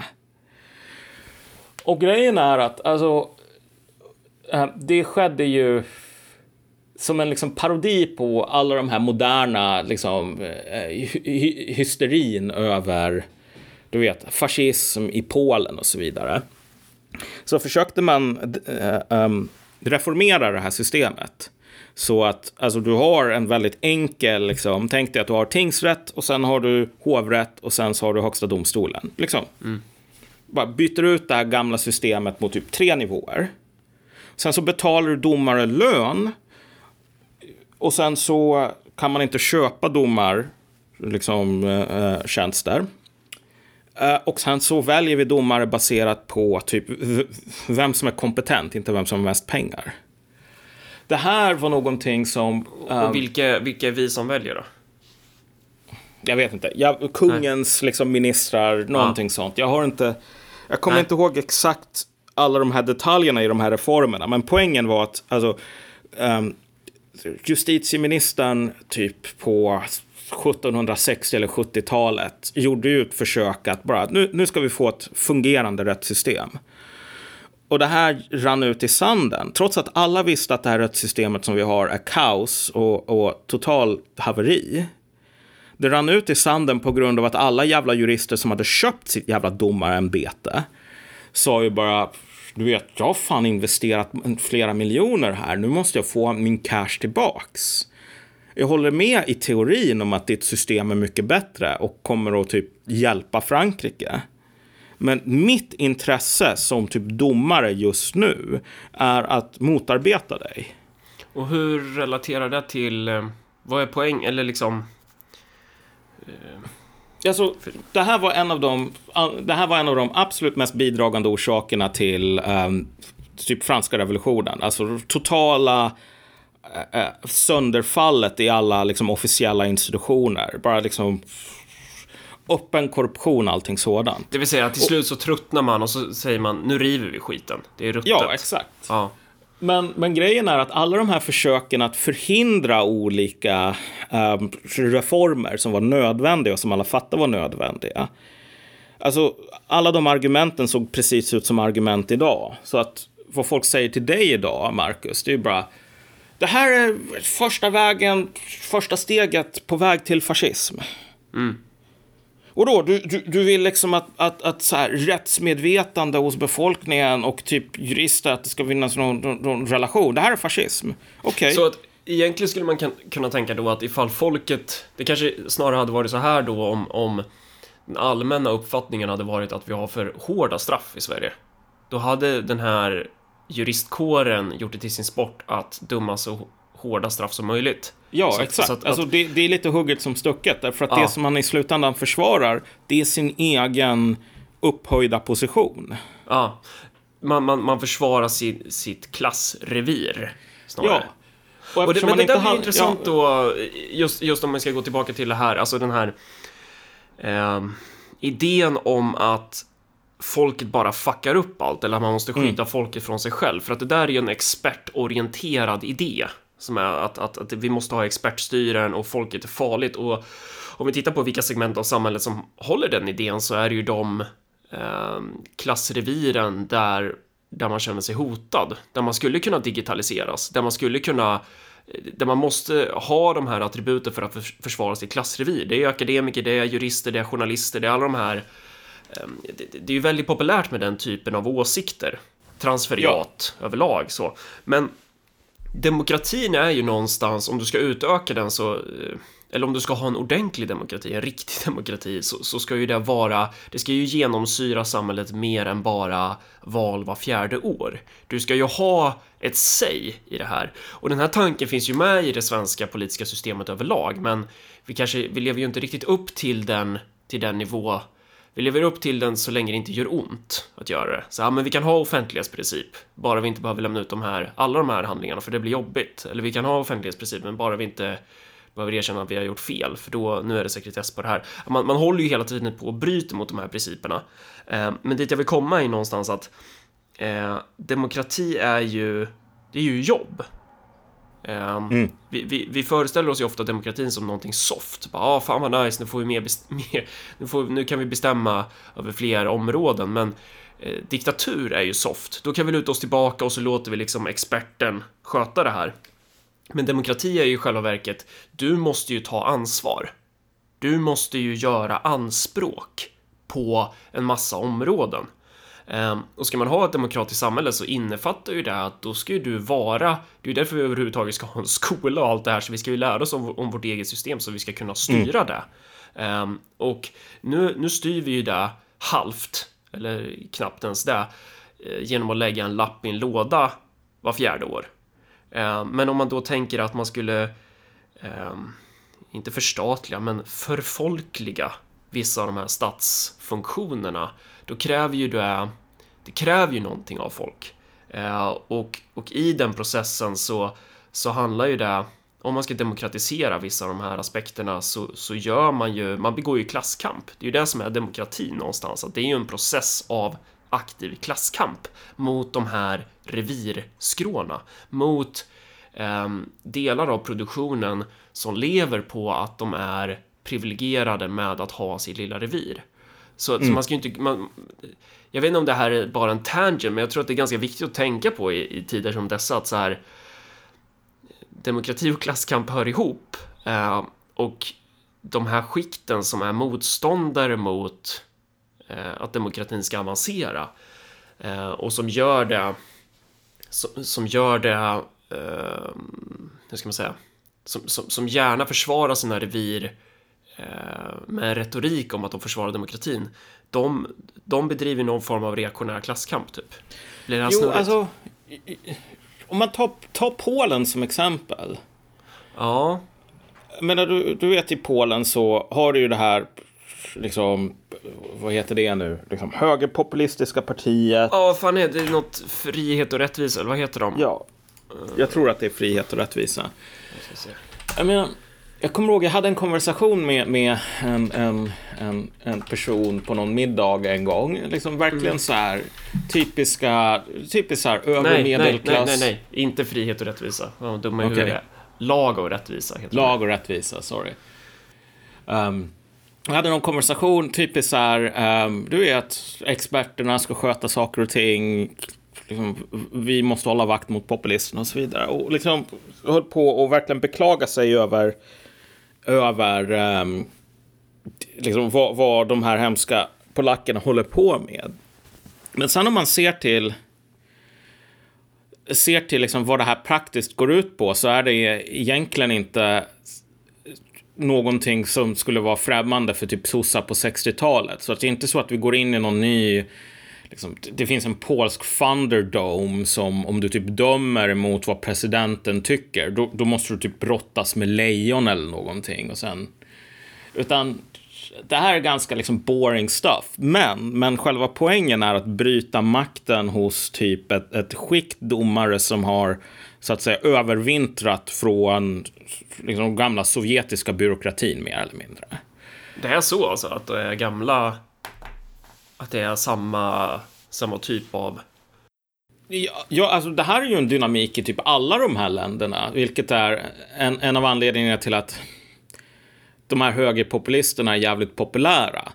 B: Och grejen är att alltså, det skedde ju som en liksom parodi på alla de här moderna liksom, hysterin över, du vet, fascism i Polen och så vidare. Så försökte man reformera det här systemet. Så att alltså, du har en väldigt enkel, liksom, tänk dig att du har tingsrätt och sen har du hovrätt och sen så har du högsta domstolen. Liksom. Bara byter ut det här gamla systemet mot typ 3 nivåer. Sen så betalar du domare lön. Och sen så kan man inte köpa domar, liksom, tjänster. Och sen så väljer vi domare baserat på typ vem som är kompetent, inte vem som har mest pengar. Det här var någonting som...
A: Och vilka är vi som väljer då?
B: Jag vet inte. Kungens liksom, ministrar, någonting sånt. Jag kommer inte ihåg exakt alla de här detaljerna i de här reformerna. Men poängen var att alltså, justitieministern typ på 1760 eller 70-talet gjorde ju ett försök att bara, nu ska vi få ett fungerande rättssystem. Och det här rann ut i sanden. Trots att alla visste att det här rättssystemet som vi har är kaos och total haveri. Det rann ut i sanden på grund av att alla jävla jurister som hade köpt sitt jävla domarämbete sa ju bara, du vet, jag har fan investerat flera miljoner här. Nu måste jag få min cash tillbaks. Jag håller med i teorin om att ditt system är mycket bättre och kommer att typ hjälpa Frankrike. Men mitt intresse som typ domare just nu är att motarbeta dig.
A: Och hur relaterar det till, vad är poäng, eller liksom...
B: Alltså, det här var en av de absolut mest bidragande orsakerna till typ franska revolutionen. Alltså totala sönderfallet i alla liksom, officiella institutioner. Bara liksom öppen korruption, allting sådant.
A: Det vill säga att till slut så tröttnar man och så säger man, nu river vi skiten. Det är ruttet.
B: Ja, exakt.
A: Ja.
B: Men grejen är att alla de här försöken att förhindra olika reformer som var nödvändiga och som alla fattade var nödvändiga. Alltså, alla de argumenten såg precis ut som argument idag. Så att vad folk säger till dig idag, Marcus, det är bara, det här är första steget på väg till fascism. Och då, du vill liksom att så här, rättsmedvetande hos befolkningen och typ jurister, att det ska finnas någon relation. Det här är fascism. Okay.
A: Så att egentligen skulle man kunna tänka då att ifall folket, det kanske snarare hade varit så här då om den allmänna uppfattningen hade varit att vi har för hårda straff i Sverige. Då hade den här juristkåren gjort det till sin sport att döma så hårda straff som möjligt.
B: Ja,
A: så
B: exakt.
A: Så att,
B: alltså, det är lite hugget som stucket. Därför att
A: Ja.
B: det som man i slutändan försvarar, det är sin egen upphöjda position.
A: Ja, man försvarar sitt klassrevir snarare.
B: Ja.
A: Och men det där blir
B: är
A: intressant då, just om man ska gå tillbaka till det här, alltså den här idén om att folket bara fuckar upp allt, eller att man måste skydda folket från sig själv. För att det där är ju en expertorienterad idé, som är att vi måste ha expertstyren och folket är farligt. Och om vi tittar på vilka segment av samhället som håller den idén, så är det ju de klassreviren där man känner sig hotad, där man skulle kunna digitaliseras, där man måste ha de här attributen för att försvara sitt klassrevir. Det är akademiker, det är jurister, det är journalister, det är alla de här. Det är ju väldigt populärt med den typen av åsikter, transferiat överlag så. Men demokratin är ju någonstans, om du ska utöka den så, eller om du ska ha en ordentlig demokrati, en riktig demokrati, så ska ju det ska ju genomsyra samhället mer än bara val var 4:e år. Du ska ju ha ett säg i det här. Och den här tanken finns ju med i det svenska politiska systemet överlag, men vi lever ju inte riktigt upp till den nivå. Vi lever upp till den så länge det inte gör ont att göra det. Så men vi kan ha offentlighetsprincip, bara vi inte behöver lämna ut alla de här handlingarna, för det blir jobbigt. Eller vi kan ha offentlighetsprincip, men bara vi inte behöver erkänna att vi har gjort fel, för då, nu är det sekretess på det här. Man håller ju hela tiden på att bryta mot de här principerna. Men dit jag vill komma är någonstans att demokrati är ju jobb. Vi föreställer oss ju ofta demokratin som någonting soft. Bara, fan vad nice, nu får vi nu kan vi bestämma över fler områden. Men diktatur är ju soft. Då kan vi luta oss tillbaka och så låter vi liksom experten sköta det här. Men demokrati är ju i själva verket, du måste ju ta ansvar. Du måste ju göra anspråk på en massa områden. Och ska man ha ett demokratiskt samhälle så innefattar ju det att då ska ju det är ju därför vi överhuvudtaget ska ha en skola och allt det här, så vi ska ju lära oss om vårt eget system så vi ska kunna styra det. Och nu styr vi ju det halvt, eller knappt ens det, genom att lägga en lapp i en låda var 4:e år. Men om man då tänker att man skulle inte förstatliga, men förfolkliga vissa av de här statsfunktionerna, då kräver ju det kräver ju någonting av folk. Och i den processen så handlar ju det, om man ska demokratisera vissa av de här aspekterna, så gör man begår ju klasskamp. Det är ju det som är demokrati någonstans, att det är ju en process av aktiv klasskamp mot de här revirskråna, mot delar av produktionen som lever på att de är privilegierade med att ha sitt lilla revir. Så man ska ju inte... jag vet inte om det här är bara en tangent, men jag tror att det är ganska viktigt att tänka på i tider som dessa, att så här, demokrati och klasskamp hör ihop. Och de här skikten som är motståndare mot att demokratin ska avancera, och som gör det hur ska man säga, som gärna försvarar sina revir med en retorik om att de försvarar demokratin, de bedriver någon form av reaktionär klasskamp typ. Blir det här snurrigt?
B: Alltså, om man tar Polen som exempel.
A: Ja.
B: Men du vet, i Polen så har du ju det här, liksom, vad heter det nu? Liksom, högerpopulistiska partiet.
A: Ja, fan är det något frihet och rättvisa, eller vad heter de?
B: Ja, jag tror att det är frihet och rättvisa. Jag kommer ihåg, jag hade en konversation med en person på någon middag en gång. Liksom verkligen så här typiskt så här övre medelklass.
A: Nej, inte frihet och rättvisa. Dumma i huvudet. Lag och rättvisa heter det.
B: Lag och rättvisa, sorry. Jag hade någon konversation typiskt så här, du vet, experterna ska sköta saker och ting. Liksom, vi måste hålla vakt mot populisterna och så vidare. Och liksom höll på att verkligen beklaga sig över liksom vad de här hemska polackerna håller på med. Men sen om man ser till liksom vad det här praktiskt går ut på, så är det egentligen inte någonting som skulle vara främmande för typ sossar på 60-talet. Så att det är inte så att vi går in i någon ny liksom, det finns en polsk Thunderdome som om du typ dömer mot vad presidenten tycker, då måste du typ brottas med lejon eller någonting och sen, utan det här är ganska liksom boring stuff, men själva poängen är att bryta makten hos typ ett skikt domare som har så att säga övervintrat från liksom den gamla sovjetiska byråkratin mer eller mindre.
A: Det är så alltså att det är gamla, att det är samma typ av...
B: Ja, alltså det här är ju en dynamik i typ alla de här länderna, vilket är en av anledningarna till att de här högerpopulisterna är jävligt populära.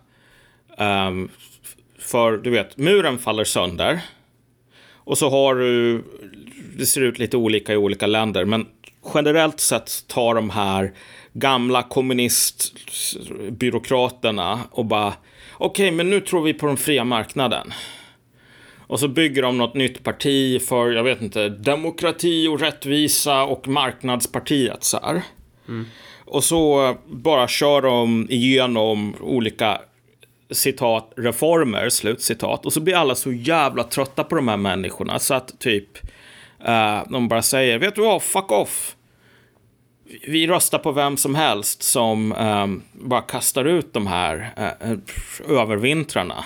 B: För du vet, muren faller sönder och så har du, det ser ut lite olika i olika länder, men generellt sett tar de här gamla kommunistbyråkraterna och bara okej, men nu tror vi på den fria marknaden. Och så bygger de något nytt parti för, jag vet inte, demokrati och rättvisa och marknadspartiet så här. Och så bara kör de igenom olika citat reformer, slutcitat. Och så blir alla så jävla trötta på de här människorna så att typ de bara säger, vet du vad, fuck off. Vi röstar på vem som helst som bara kastar ut de här övervintrarna.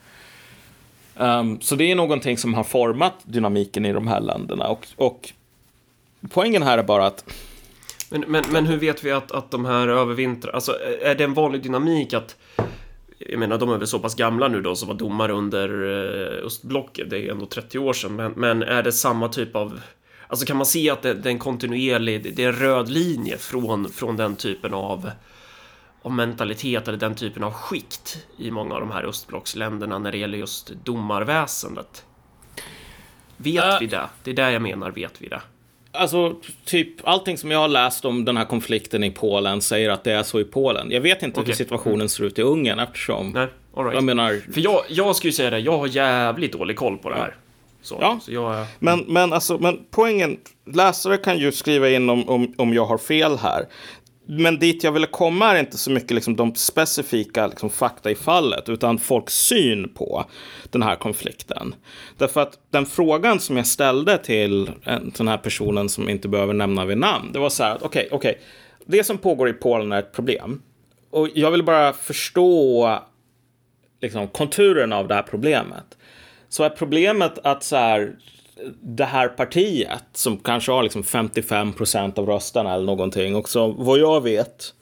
B: Så det är någonting som har format dynamiken i de här länderna. Och poängen här är bara att...
A: Men hur vet vi att de här övervintrar... Alltså, är det en vanlig dynamik att... Jag menar, de är väl så pass gamla nu då som var domare under östblocket. Det är ändå 30 år sedan. Men är det samma typ av... Alltså kan man se att det är en kontinuerlig... Det är en röd linje från den typen av mentalitet eller den typen av skikt i många av de här östblocksländerna när det gäller just domarväsendet? Vet vi det? Det är där jag menar, vet vi det?
B: Alltså, typ allting som jag har läst om den här konflikten i Polen säger att det är så i Polen. Jag vet inte hur situationen ser ut i Ungern eftersom...
A: Nej, all right.
B: Jag menar...
A: För jag skulle säga det, jag har jävligt dålig koll på det här. Så jag...
B: Men poängen, läsare kan ju skriva in om jag har fel här. Men dit jag ville komma är inte så mycket liksom de specifika liksom fakta i fallet, utan folks syn på den här konflikten. Därför att den frågan som jag ställde till en sån här personen som inte behöver nämna vid namn, det var så här att okej, det som pågår i Polen är ett problem. Och jag vill bara förstå liksom konturerna av det här problemet. Så är problemet att så här, det här partiet som kanske har liksom 55% av rösterna eller någonting, och så vad jag vet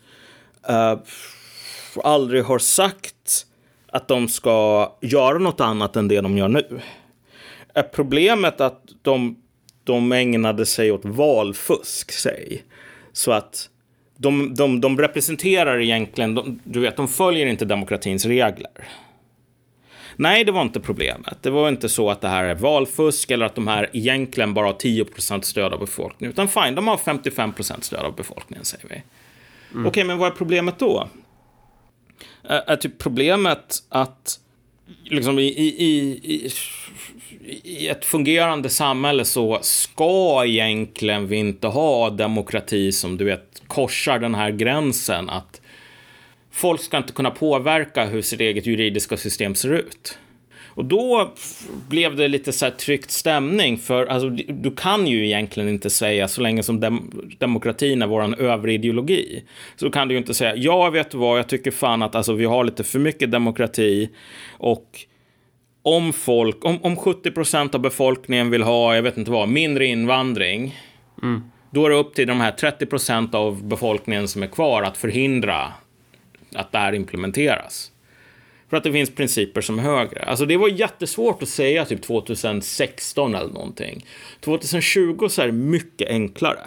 B: aldrig har sagt att de ska göra något annat än det de gör nu. Är problemet att de ägnade sig åt valfusk, säg. Så att de representerar egentligen, du vet, de följer inte demokratins regler. Nej, det var inte problemet. Det var inte så att det här är valfusk eller att de här egentligen bara har 10% stöd av befolkningen. Utan fine, de har 55% stöd av befolkningen, säger vi. Okej, men vad är problemet då? Är typ problemet att liksom i ett fungerande samhälle så ska egentligen vi inte ha demokrati som, du vet, korsar den här gränsen att folk ska inte kunna påverka hur sitt eget juridiska system ser ut. Och då blev det lite så här tryckt stämning, för alltså, du kan ju egentligen inte säga, så länge som demokratin är våran överideologi, så kan du ju inte säga, ja, vet du vad, jag tycker fan att alltså, vi har lite för mycket demokrati, och om 70% av befolkningen vill ha, jag vet inte vad, mindre invandring, då är det upp till de här 30% av befolkningen som är kvar att förhindra att det här implementeras. För att det finns principer som är högre. Alltså det var jättesvårt att säga typ 2016 eller någonting. 2020 så är det mycket enklare.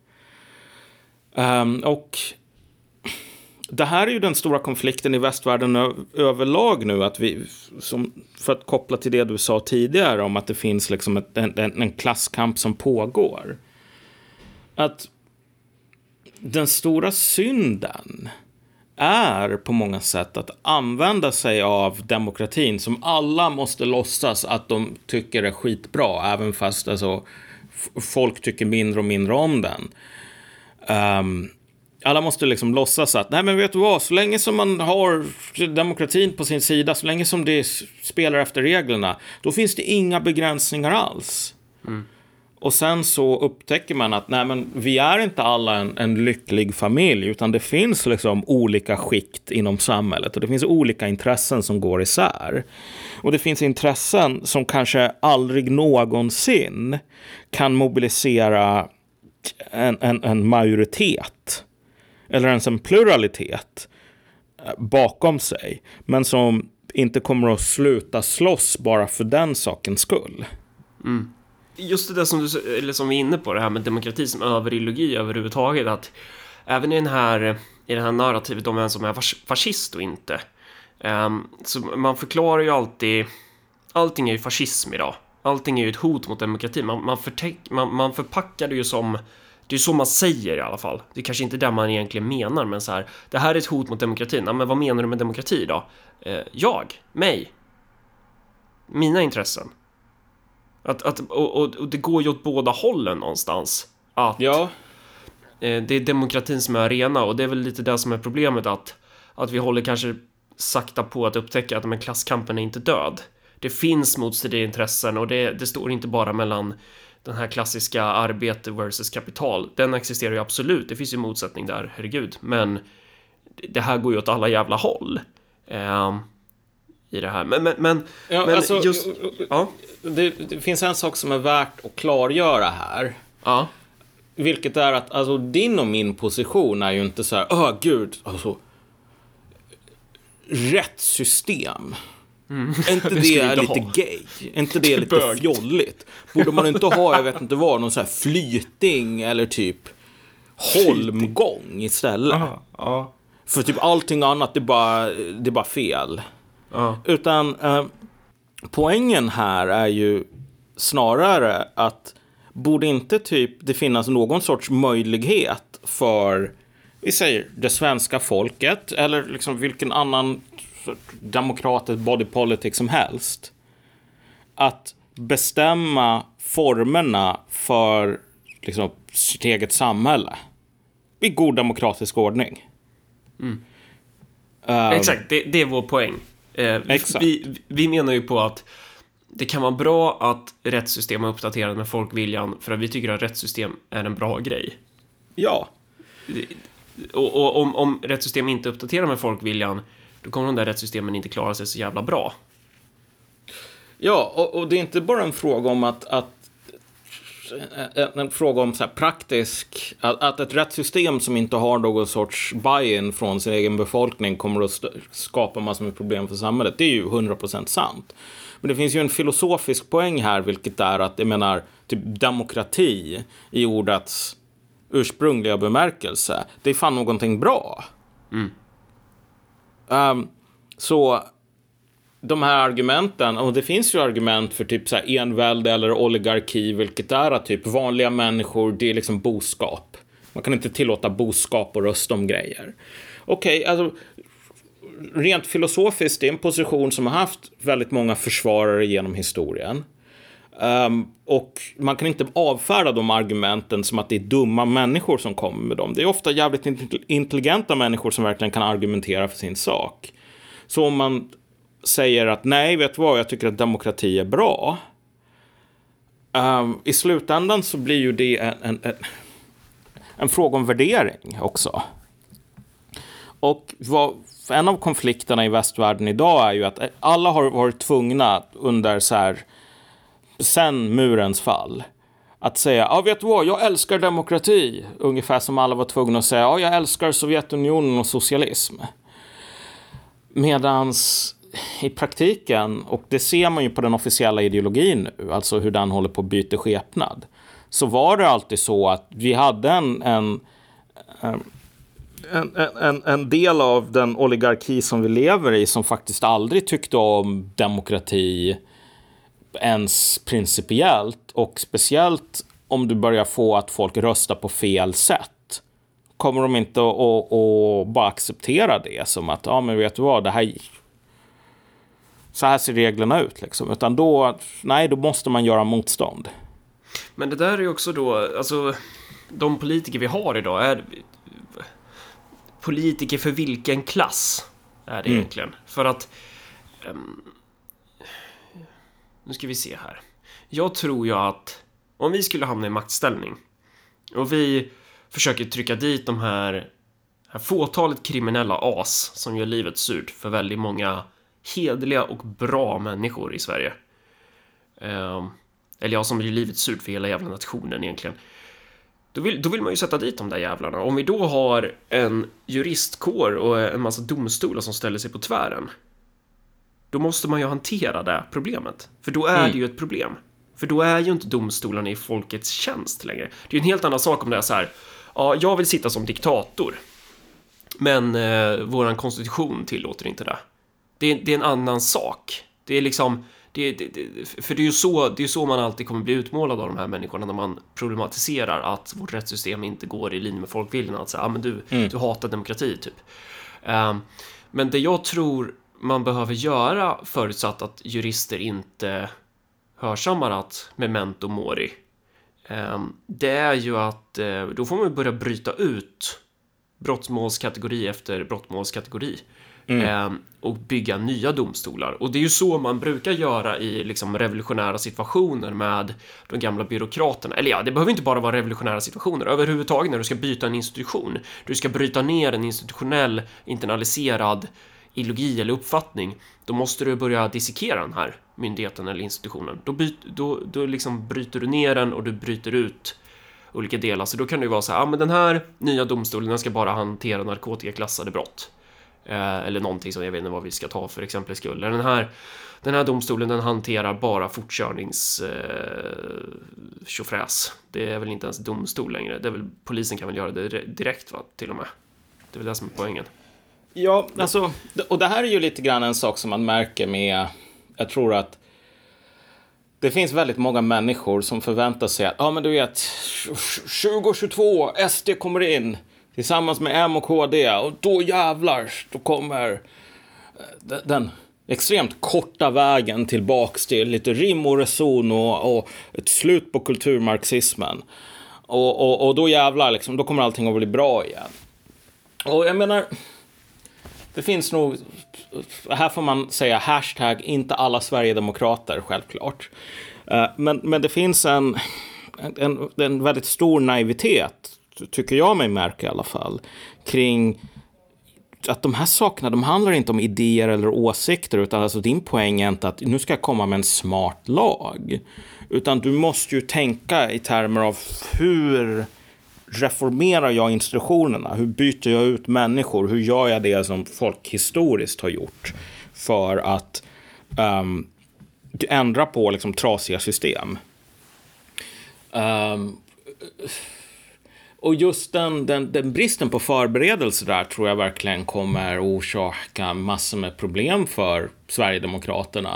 B: Och det här är ju den stora konflikten i västvärlden överlag nu. Att vi, för att koppla till det du sa tidigare om att det finns liksom en klasskamp som pågår. Att den stora synden är på många sätt att använda sig av demokratin som alla måste låtsas att de tycker är skitbra, även fast alltså, folk tycker mindre och mindre om den. alla måste liksom låtsas att nej men vet du vad, så länge som man har demokratin på sin sida, så länge som det spelar efter reglerna, då finns det inga begränsningar alls. Och sen så upptäcker man att nej men vi är inte alla en lycklig familj, utan det finns liksom olika skikt inom samhället och det finns olika intressen som går isär. Och det finns intressen som kanske aldrig någonsin kan mobilisera en majoritet eller ens en pluralitet bakom sig, men som inte kommer att sluta slåss bara för den sakens skull.
A: Just det där som du, eller som vi är inne på, det här med demokrati som överideologi överhuvudtaget, att även i det här narrativet om vem som är fascist och inte, så man förklarar ju alltid, allting är ju fascism idag, allting är ju ett hot mot demokrati, man förpackar det ju som, det är så man säger i alla fall, det är kanske inte det man egentligen menar, men så här, det här är ett hot mot demokratin. Men vad menar du med demokrati då? Mina intressen. Och det går ju åt båda hållen någonstans.
B: Ja.
A: Det är demokratin som är arena, och det är väl lite det som är problemet, att vi håller kanske sakta på att upptäcka att den här klasskampen är inte död. Det finns motstridiga intressen, och det står inte bara mellan den här klassiska arbete versus kapital. Den existerar ju absolut, det finns ju motsättning där, herregud. Men det här går ju åt alla jävla håll. I det här. Men
B: alltså,
A: just... Ja.
B: Det finns en sak som är värt att klargöra här.
A: Ja.
B: Vilket är att alltså, din och min position är ju inte så här, gud, alltså rättssystem. Är inte det är lite gay? Är inte det lite fjolligt? Borde man inte ha, jag vet inte vad, någon så här flyting eller typ holmgång istället?
A: Ja.
B: För typ allting annat, det är bara fel. Utan poängen här är ju snarare att borde inte typ det finnas någon sorts möjlighet för, vi säger, det svenska folket eller liksom vilken annan demokratisk body politic som helst, att bestämma formerna för liksom sitt eget samhälle i god demokratisk ordning.
A: Exakt, det är vår poäng. Vi menar ju på att det kan vara bra att rättssystem är uppdaterade med folkviljan, för att vi tycker att rättssystem är en bra grej.
B: Ja.
A: Och om rättssystem inte uppdaterar med folkviljan, då kommer de där rättssystemen inte klara sig så jävla bra.
B: Ja, och det är inte bara en fråga om att en fråga om så här praktisk, att ett rättssystem som inte har någon sorts buy-in från sin egen befolkning kommer att skapa massor med problem för samhället. Det är ju 100% sant. Men det finns ju en filosofisk poäng här, vilket är att, jag menar, typ demokrati i ordets ursprungliga bemärkelse, det är fan någonting bra. Så de här argumenten, och det finns ju argument för typ så här envälde eller oligarki, vilket är att typ vanliga människor, det är liksom boskap. Man kan inte tillåta boskap och rösta om grejer. Okej, alltså rent filosofiskt, det är en position som har haft väldigt många försvarare genom historien. Och man kan inte avfärda de argumenten som att det är dumma människor som kommer med dem. Det är ofta jävligt intelligenta människor som verkligen kan argumentera för sin sak. Så om man säger att nej, vet du vad, jag tycker att demokrati är bra, i slutändan så blir ju det en fråga om värdering också. Och en av konflikterna i västvärlden idag är ju att alla har varit tvungna under så här, sen murens fall, att säga, vet du vad, jag älskar demokrati, ungefär som alla var tvungna att säga, jag älskar Sovjetunionen och socialism. Medans i praktiken, och det ser man ju på den officiella ideologin nu, alltså hur den håller på att byta skepnad, så var det alltid så att vi hade en del av den oligarki som vi lever i som faktiskt aldrig tyckte om demokrati ens principiellt, och speciellt om du börjar få att folk röstar på fel sätt, kommer de inte att bara acceptera det som att, men vet du vad, det här, så här ser reglerna ut liksom, utan då måste man göra motstånd.
A: Men det där är ju också då, alltså de politiker vi har idag är, politiker för vilken klass är det egentligen? För att nu ska vi se här. Jag tror ju att om vi skulle hamna i maktställning och vi försöker trycka dit de här fåtalet kriminella as som gör livet surt för väldigt många hedliga och bra människor i Sverige. Eller ja, som gör livet surt för hela jävla nationen egentligen. Då vill man ju sätta dit de där jävlarna. Om vi då har en juristkår och en massa domstolar som ställer sig på tvären, då måste man ju hantera det problemet. För då är det ju ett problem. För då är ju inte domstolarna i folkets tjänst längre. Det är ju en helt annan sak om det är så här: ja, jag vill sitta som diktator, men våran konstitution tillåter inte det. Det är en annan sak. Det är liksom... för det är ju så man alltid kommer bli utmålad av de här människorna när man problematiserar att vårt rättssystem inte går i linje med folkviljan. Att säga, men du hatar demokrati, typ. Men det jag tror man behöver göra, förutsatt att jurister inte hörsammar att memento mori, det är ju att då får man börja bryta ut brottmålskategori efter brottmålskategori. Och bygga nya domstolar. Och det är ju så man brukar göra i liksom revolutionära situationer med de gamla byråkraterna. Eller ja, det behöver inte bara vara revolutionära situationer. Överhuvudtaget när du ska byta en institution, du ska bryta ner en institutionell, internaliserad ideologi eller uppfattning, då måste du börja dissekera den här myndigheten eller institutionen. Då liksom bryter du ner den och du bryter ut olika delar. Så då kan det ju vara så här, men den här nya domstolen, den ska bara hantera narkotikaklassade brott. Eller någonting som jag vet inte vad vi ska ta för exempel skull. Den här domstolen, den hanterar bara fortkörnings tjofräs. Det är väl inte ens domstol längre. Det är väl, polisen kan väl göra det direkt, va, till och med. Det är väl det som är poängen.
B: Ja, alltså, och det här är ju lite grann en sak som man märker med, jag tror att det finns väldigt många människor som förväntar sig att, ja men du vet, 2022, SD kommer in tillsammans med M och KD, och då jävlar, då kommer den extremt korta vägen tillbaks till lite rim och reson och ett slut på kulturmarxismen. Och då jävlar, liksom, då kommer allting att bli bra igen. Och jag menar, det finns nog, här får man säga hashtag inte alla Sverigedemokrater, självklart. Men det finns en väldigt stor naivitet, tycker jag mig märka i alla fall, kring att de här sakerna, de handlar inte om idéer eller åsikter, utan alltså din poäng är inte att nu ska jag komma med en smart lag, utan du måste ju tänka i termer av hur reformerar jag institutionerna, hur byter jag ut människor, hur gör jag det som folk historiskt har gjort för att ändra på liksom trasiga system. Och just den bristen på förberedelse där tror jag verkligen kommer orsaka massor med problem för Sverigedemokraterna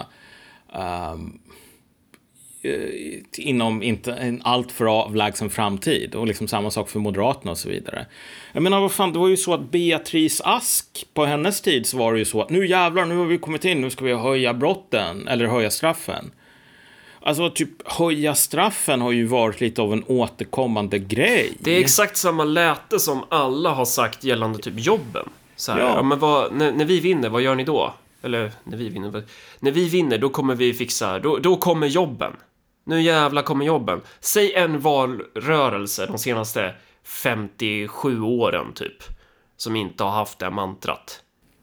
B: inom inte en alltför avlägsen framtid, och liksom samma sak för Moderaterna och så vidare. Jag menar, vad fan, det var ju så att Beatrice Ask på hennes tid, så var det ju så att nu jävlar, nu har vi kommit in, nu ska vi höja brotten eller höja straffen. Alltså typ höja straffen har ju varit lite av en återkommande grej.
A: Det är exakt samma läte som alla har sagt gällande typ jobben. Så här, ja, men när vi vinner, vad gör ni då? Eller när vi vinner, då kommer vi fixa, då kommer jobben. Nu jävla kommer jobben. Säg en valrörelse de senaste 57 åren typ, som inte har haft det mantrat.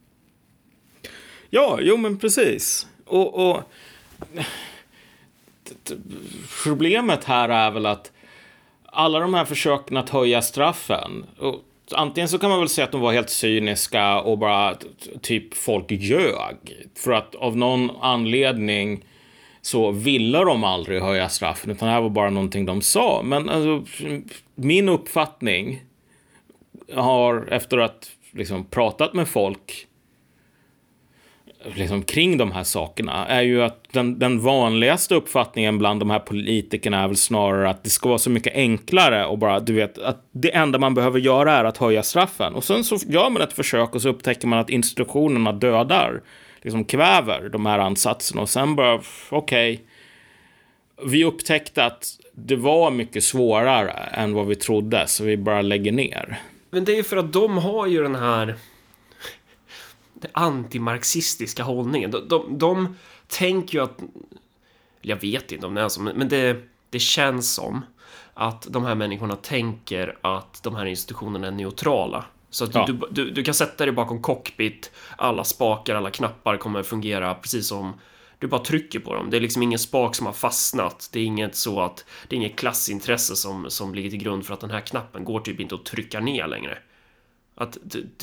B: Ja, jo men precis. Och problemet här är väl att alla de här försöken att höja straffen, och antingen så kan man väl säga att de var helt cyniska och bara typ folk ljög, för att av någon anledning så ville de aldrig höja straffen, utan det här var bara någonting de sa. Men alltså, min uppfattning har, efter att liksom pratat med folk liksom kring de här sakerna, är ju att den vanligaste uppfattningen bland de här politikerna är väl snarare att det ska vara så mycket enklare och bara, du vet, att det enda man behöver göra är att höja straffen. Och sen så gör man ett försök och så upptäcker man att institutionerna dödar, liksom kväver de här ansatserna, och sen bara, okej, vi upptäckte att det var mycket svårare än vad vi trodde, så vi bara lägger ner.
A: Men det är ju för att de har ju den här antimarxistiska hållningen. De tänker ju att, jag vet inte om det är så, men det känns som att de här människorna tänker att de här institutionerna är neutrala. Så att du kan sätta dig bakom cockpit, alla spakar, alla knappar kommer fungera precis som du bara trycker på dem. Det är liksom ingen spak som har fastnat. Det är inget klassintresse som ligger till grund för att den här knappen går typ inte att trycka ner längre. Att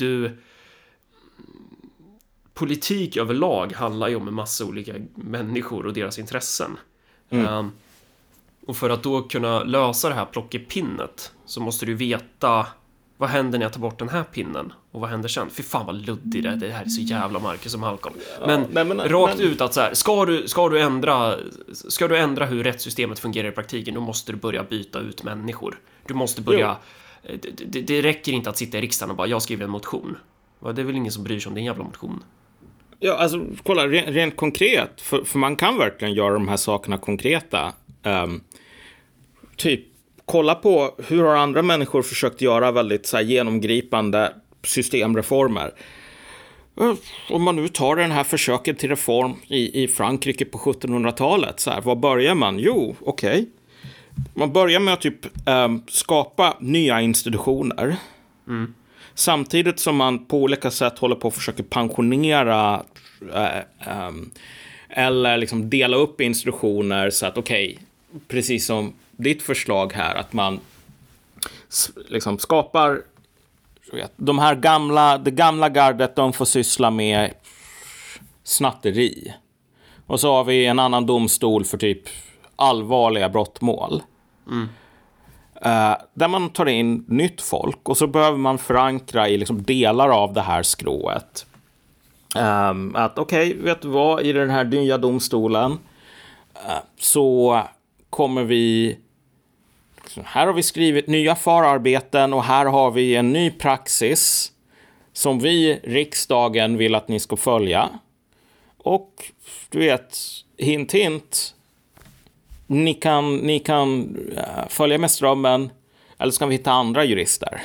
A: politik överlag handlar ju om en massa olika människor och deras intressen. Och för att då kunna lösa det här plockepinnet så måste du veta vad händer när jag tar bort den här pinnen och vad händer sen. Fy fan vad luddigt det här är så jävla Marcus och Malcolm. Men rakt ut att så här, ska du ändra hur rättssystemet fungerar i praktiken, då måste du börja byta ut människor. Du måste börja det räcker inte att sitta i riksdagen och bara jag skriver en motion. Det är väl ingen som bryr sig om din jävla motion.
B: Ja, alltså kolla rent konkret, för man kan verkligen göra de här sakerna konkreta. Typ kolla på hur har andra människor försökt göra väldigt så här genomgripande systemreformer. Om man nu tar den här försöket till reform i Frankrike på 1700-talet, så här, vad börjar man? Jo, okej. Man börjar med att typ skapa nya institutioner. Samtidigt som man på olika sätt håller på att försöka pensionera eller liksom dela upp institutioner så att precis som ditt förslag här, att man liksom skapar det gamla gardet, de får syssla med snatteri. Och så har vi en annan domstol för typ allvarliga brottmål. Där man tar in nytt folk och så behöver man förankra i liksom delar av det här skrået. Att vet du vad, i den här nya domstolen så kommer vi, här har vi skrivit nya förarbeten och här har vi en ny praxis som vi, riksdagen, vill att ni ska följa. Och du vet, hint, ni kan följa med strömmen, eller ska vi hitta andra jurister.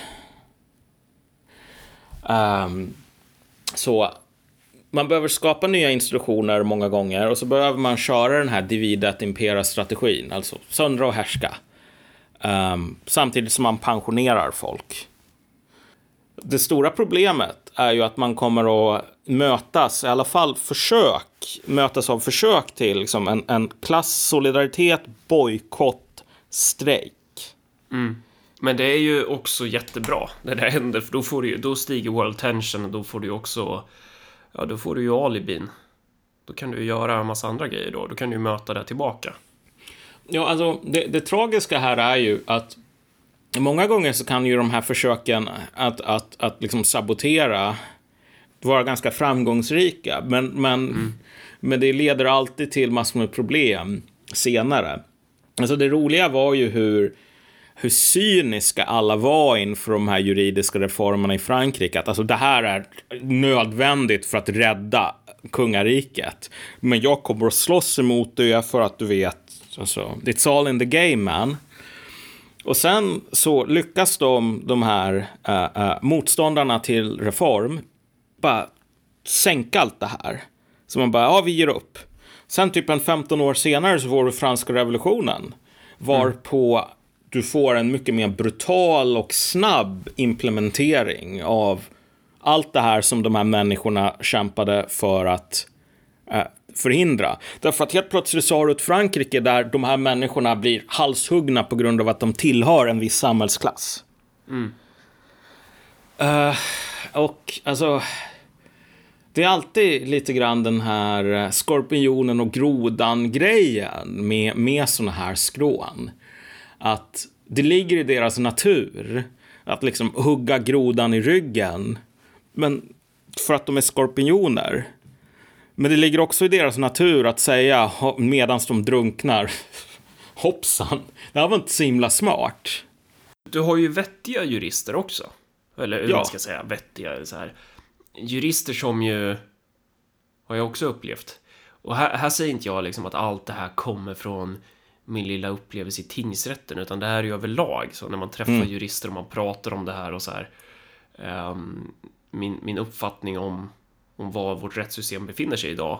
B: Så man behöver skapa nya institutioner många gånger, och så behöver man köra den här divide et impera-strategin, alltså söndra och härska. Samtidigt som man pensionerar folk. Det stora problemet är ju att man kommer att mötas, i alla fall mötas av försök till liksom en klassolidaritet, bojkott, strejk.
A: Men det är ju också jättebra när det händer, för då stiger world tension, och då får du också, då får du ju alibin. Då kan du göra en massa andra grejer då kan du möta det tillbaka.
B: Ja, alltså det tragiska här är ju att många gånger så kan ju de här försöken att liksom sabotera vara ganska framgångsrika, men det leder alltid till massor med problem senare. Alltså det roliga var ju hur cyniska alla var inför de här juridiska reformerna i Frankrike. Att alltså det här är nödvändigt för att rädda kungariket. Men jag kommer att slåss emot det för att du vet, alltså, it's all in the game, man. Och sen så lyckas de här motståndarna till reform bara sänka allt det här. Så man bara, vi ger upp. Sen typ 15 år senare så får du franska revolutionen. Varpå du får en mycket mer brutal och snabb implementering av allt det här som de här människorna kämpade för att förhindra. Därför att helt plötsligt så har du ett Frankrike där de här människorna blir halshuggna på grund av att de tillhör en viss samhällsklass. Och alltså, det är alltid lite grann den här skorpionen och grodan grejen med såna här skrån. Att det ligger i deras natur att liksom hugga grodan i ryggen, men för att de är skorpioner. Men det ligger också i deras natur att säga medan de drunknar, hoppsan, det här var inte så himla smart.
A: Du har ju vettiga jurister också. Eller hur man ska säga, vettiga så här. Jurister som ju har jag också upplevt. Och här säger inte jag liksom att allt det här kommer från min lilla upplevelse i tingsrätten, utan det här är ju överlag. Så när man träffar jurister och man pratar om det här och så här. min uppfattning om var vårt rättssystem befinner sig idag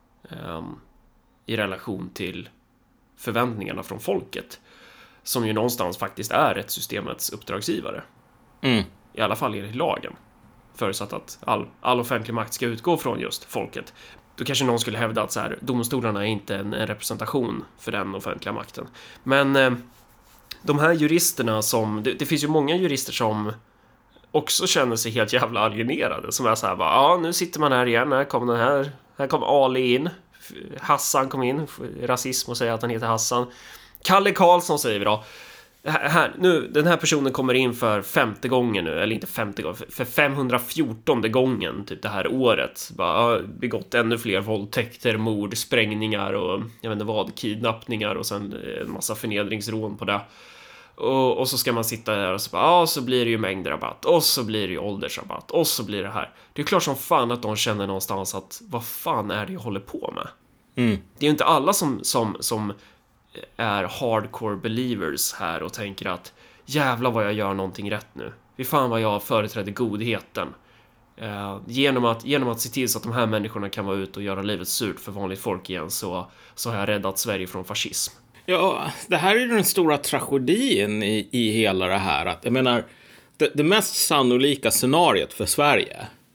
A: i relation till förväntningarna från folket, som ju någonstans faktiskt är rättssystemets uppdragsgivare. I alla fall enligt lagen, förutsatt att all offentlig makt ska utgå från just folket. Då kanske någon skulle hävda att så här, domstolarna är inte en representation för den offentliga makten. Men de här juristerna det finns ju många jurister som också känner sig helt jävla alienerade, som är så här bara, ja, nu sitter man här igen, här kom Ali in, Hassan kom in, rasism och säger att han heter Hassan. Kalle Karlsson säger vi då. Den här personen kommer in för 5:e gången nu, eller inte 5:e gången, för 514:e gången typ det här året. Bara begått ännu fler våldtäkter, mord, sprängningar och jag vet inte vad, kidnappningar och sen en massa förnedringsrån på det. Och så ska man sitta där och så bara, så blir det ju mängdrabatt, och så blir det ju åldersrabatt, och så blir det här. Det är klart som fan att de känner någonstans att vad fan är det jag håller på med? Det är ju inte alla som är hardcore believers här och tänker att jävla vad jag gör någonting rätt nu. Fy fan vad jag företräder godheten. Genom att se till så att de här människorna kan vara ute och göra livet surt för vanligt folk igen, så har jag räddat Sverige från fascism.
B: Ja, det här är den stora tragedin i hela det här. Att, jag menar, det mest sannolika scenariot för Sverige,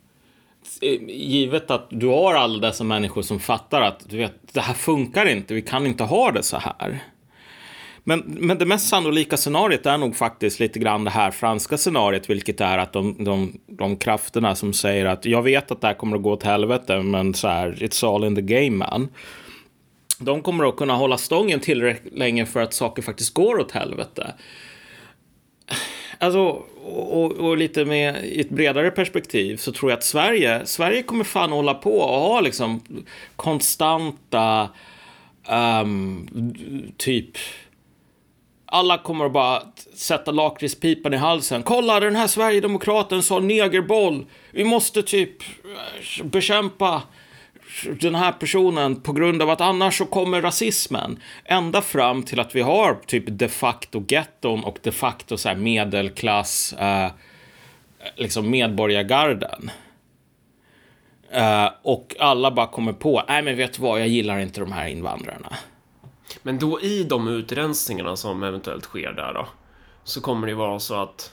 B: givet att du har alla dessa människor som fattar att du vet, det här funkar inte, vi kan inte ha det så här. Men det mest sannolika scenariot är nog faktiskt lite grann det här franska scenariot, vilket är att de krafterna som säger att jag vet att det här kommer att gå åt helvete, men så här, it's all in the game, man. De kommer att kunna hålla stången tillräckligt länge för att saker faktiskt går åt helvete. Alltså, och lite med i ett bredare perspektiv så tror jag att Sverige kommer fan hålla på och ha liksom konstanta typ alla kommer att bara sätta lakritspipan i halsen. Kolla, den här Sverigedemokraten sa negerboll. Vi måste typ bekämpa den här personen på grund av att annars så kommer rasismen. Ända fram till att vi har typ de facto getton och de facto så här medelklass liksom medborgargarden. Och alla bara kommer på, nej men vet du vad, jag gillar inte de här invandrarna.
A: Men då i de utrensningarna som eventuellt sker där då, så kommer det vara så att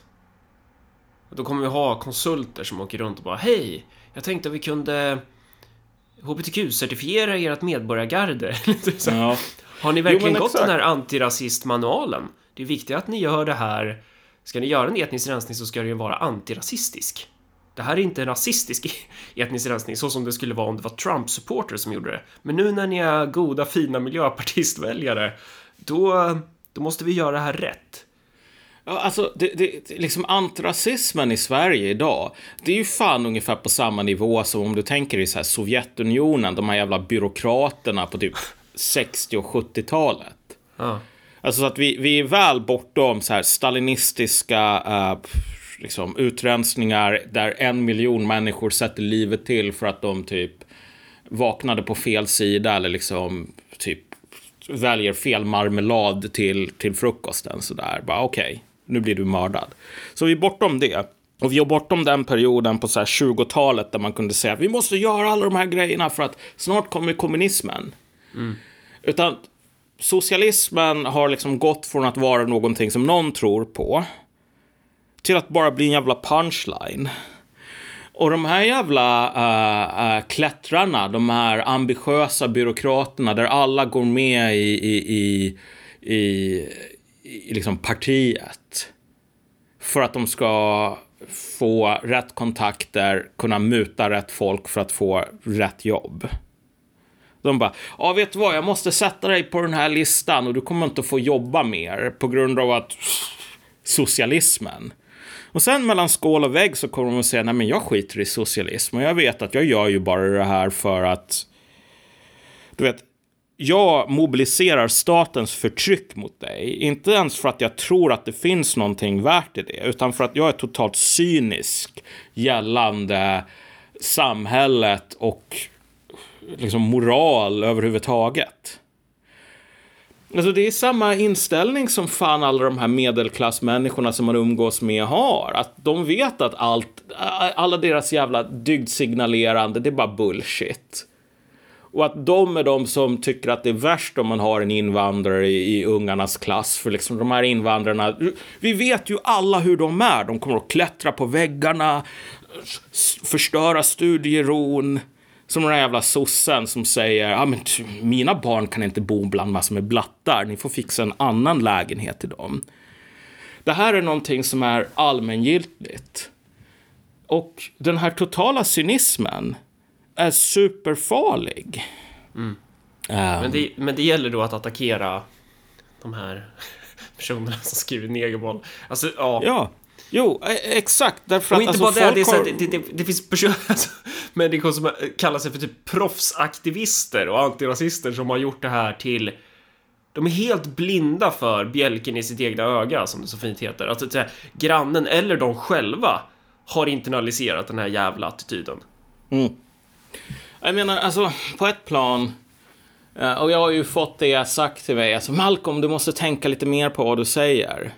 A: då kommer vi ha konsulter som åker runt och bara, hej, jag tänkte att vi kunde HBTQ-certifiera ert medborgargarde. Ja. Har ni verkligen gått den här antirasistmanualen? Det är viktigt att ni gör det här. Ska ni göra en etnisk rensning så ska det ju vara antirasistisk. Det här är inte en rasistisk etnisk rensning så som det skulle vara om det var Trump-supporter som gjorde det. Men nu när ni är goda, fina miljöpartistväljare, då måste vi göra det här rätt.
B: Ja, alltså, liksom antirasismen i Sverige idag, det är ju fan ungefär på samma nivå som om du tänker i så här Sovjetunionen, de här jävla byråkraterna på typ 60- och 70-talet.
A: Ja.
B: Alltså så att vi är väl bortom så här stalinistiska liksom utrensningar där 1 miljon människor sätter livet till för att de typ vaknade på fel sida eller liksom typ väljer fel marmelad till frukosten så där. Bara okej, nu blir du mördad. Så vi är bortom det. Och vi är bortom den perioden på så här 20-talet där man kunde säga att vi måste göra alla de här grejerna för att snart kommer kommunismen. Utan socialismen har liksom gått från att vara någonting som någon tror på till att bara bli en jävla punchline. Och de här jävla klättrarna, de här ambitiösa byråkraterna där alla går med i liksom partiet för att de ska få rätt kontakter, kunna muta rätt folk för att få rätt jobb. De bara, ja vet du vad, jag måste sätta dig på den här listan och du kommer inte få jobba mer på grund av att socialismen. Och sen mellan skål och vägg så kommer de att säga, nej men jag skiter i socialism och jag vet att jag gör ju bara det här för att du vet, jag mobiliserar statens förtryck mot dig. Inte ens för att jag tror att det finns någonting värt i det, utan för att jag är totalt cynisk gällande samhället och liksom moral överhuvudtaget. Alltså det är samma inställning som fan alla de här medelklassmänniskorna som man umgås med har. Att de vet att alla deras jävla dygdsignalerande, det är bara bullshit. Och att de är de som tycker att det är värst om man har en invandrare i ungarnas klass. För liksom de här invandrarna, vi vet ju alla hur de är. De kommer att klättra på väggarna, förstöra studieron. Som den här jävla sossen som säger, men mina barn kan inte bo bland massor med blattar. Ni får fixa en annan lägenhet till dem. Det här är någonting som är allmängiltigt. Och den här totala cynismen är superfarlig.
A: Men det gäller då att attackera de här personerna som skriver negerboll. Alltså,
B: ja. Jo, exakt. Därför
A: och inte
B: att,
A: bara det finns personer, alltså, människor som kallar sig för typ proffsaktivister och antirasister som har gjort det här till... De är helt blinda för bjälken i sitt egna öga, som det så fint heter. Att säga, grannen eller de själva har internaliserat den här jävla attityden.
B: Jag menar, alltså, på ett plan... Och jag har ju fått det sagt till mig. Alltså, Malcolm, du måste tänka lite mer på vad du säger.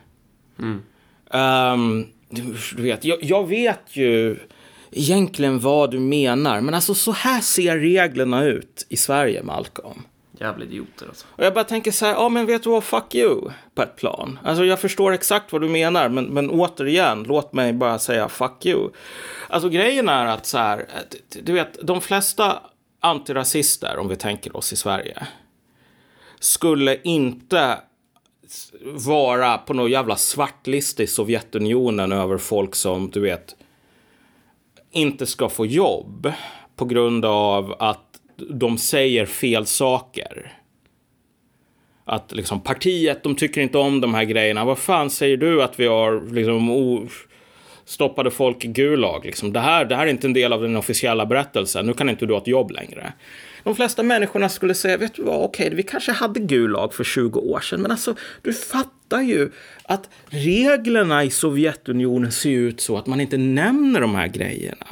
B: Du vet, jag vet ju egentligen vad du menar. Men alltså, så här ser reglerna ut i Sverige, Malcolm.
A: Jävla idioter alltså.
B: Och jag bara tänker så här, men vet du vad, fuck you, på ett plan. Alltså jag förstår exakt vad du menar, men återigen, låt mig bara säga fuck you. Alltså grejen är att så här, du vet, de flesta antirasister, om vi tänker oss i Sverige, skulle inte vara på någon jävla svartlista i Sovjetunionen över folk som, du vet, inte ska få jobb på grund av att de säger fel saker. Att liksom partiet, de tycker inte om de här grejerna. Vad fan säger du att vi har liksom stoppade folk i Gulag? Liksom, det här är inte en del av den officiella berättelsen. Nu kan inte du ha ett jobb längre. De flesta människorna skulle säga, vet du vad, okej, vi kanske hade Gulag för 20 år sedan. Men alltså, du fattar ju att reglerna i Sovjetunionen ser ut så att man inte nämner de här grejerna.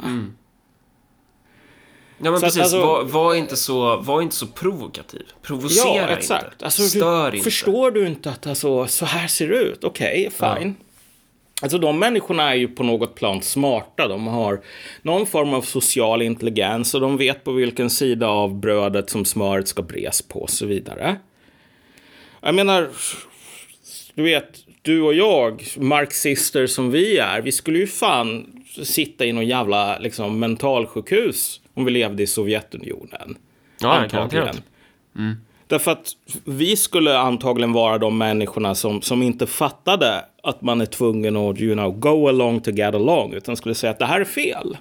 A: Ja, men
B: så
A: precis,
B: alltså,
A: var inte så provokativ. Provocera
B: exakt.
A: inte.
B: Alltså,
A: stör inte.
B: Förstår du inte att alltså, så här ser det ut? Okej, fine. Ja. Alltså de människorna är ju på något plan smarta. De har någon form av social intelligens och de vet på vilken sida av brödet som smöret ska bres på och så vidare. Jag menar, du vet, du och jag, marxister som vi är, vi skulle ju fan sitta i någon jävla liksom, mentalsjukhus om vi levde i Sovjetunionen.
A: Ja, antagligen.
B: Därför att vi skulle antagligen vara de människorna som inte fattade att man är tvungen att, go along to get along, utan skulle säga att det här är fel.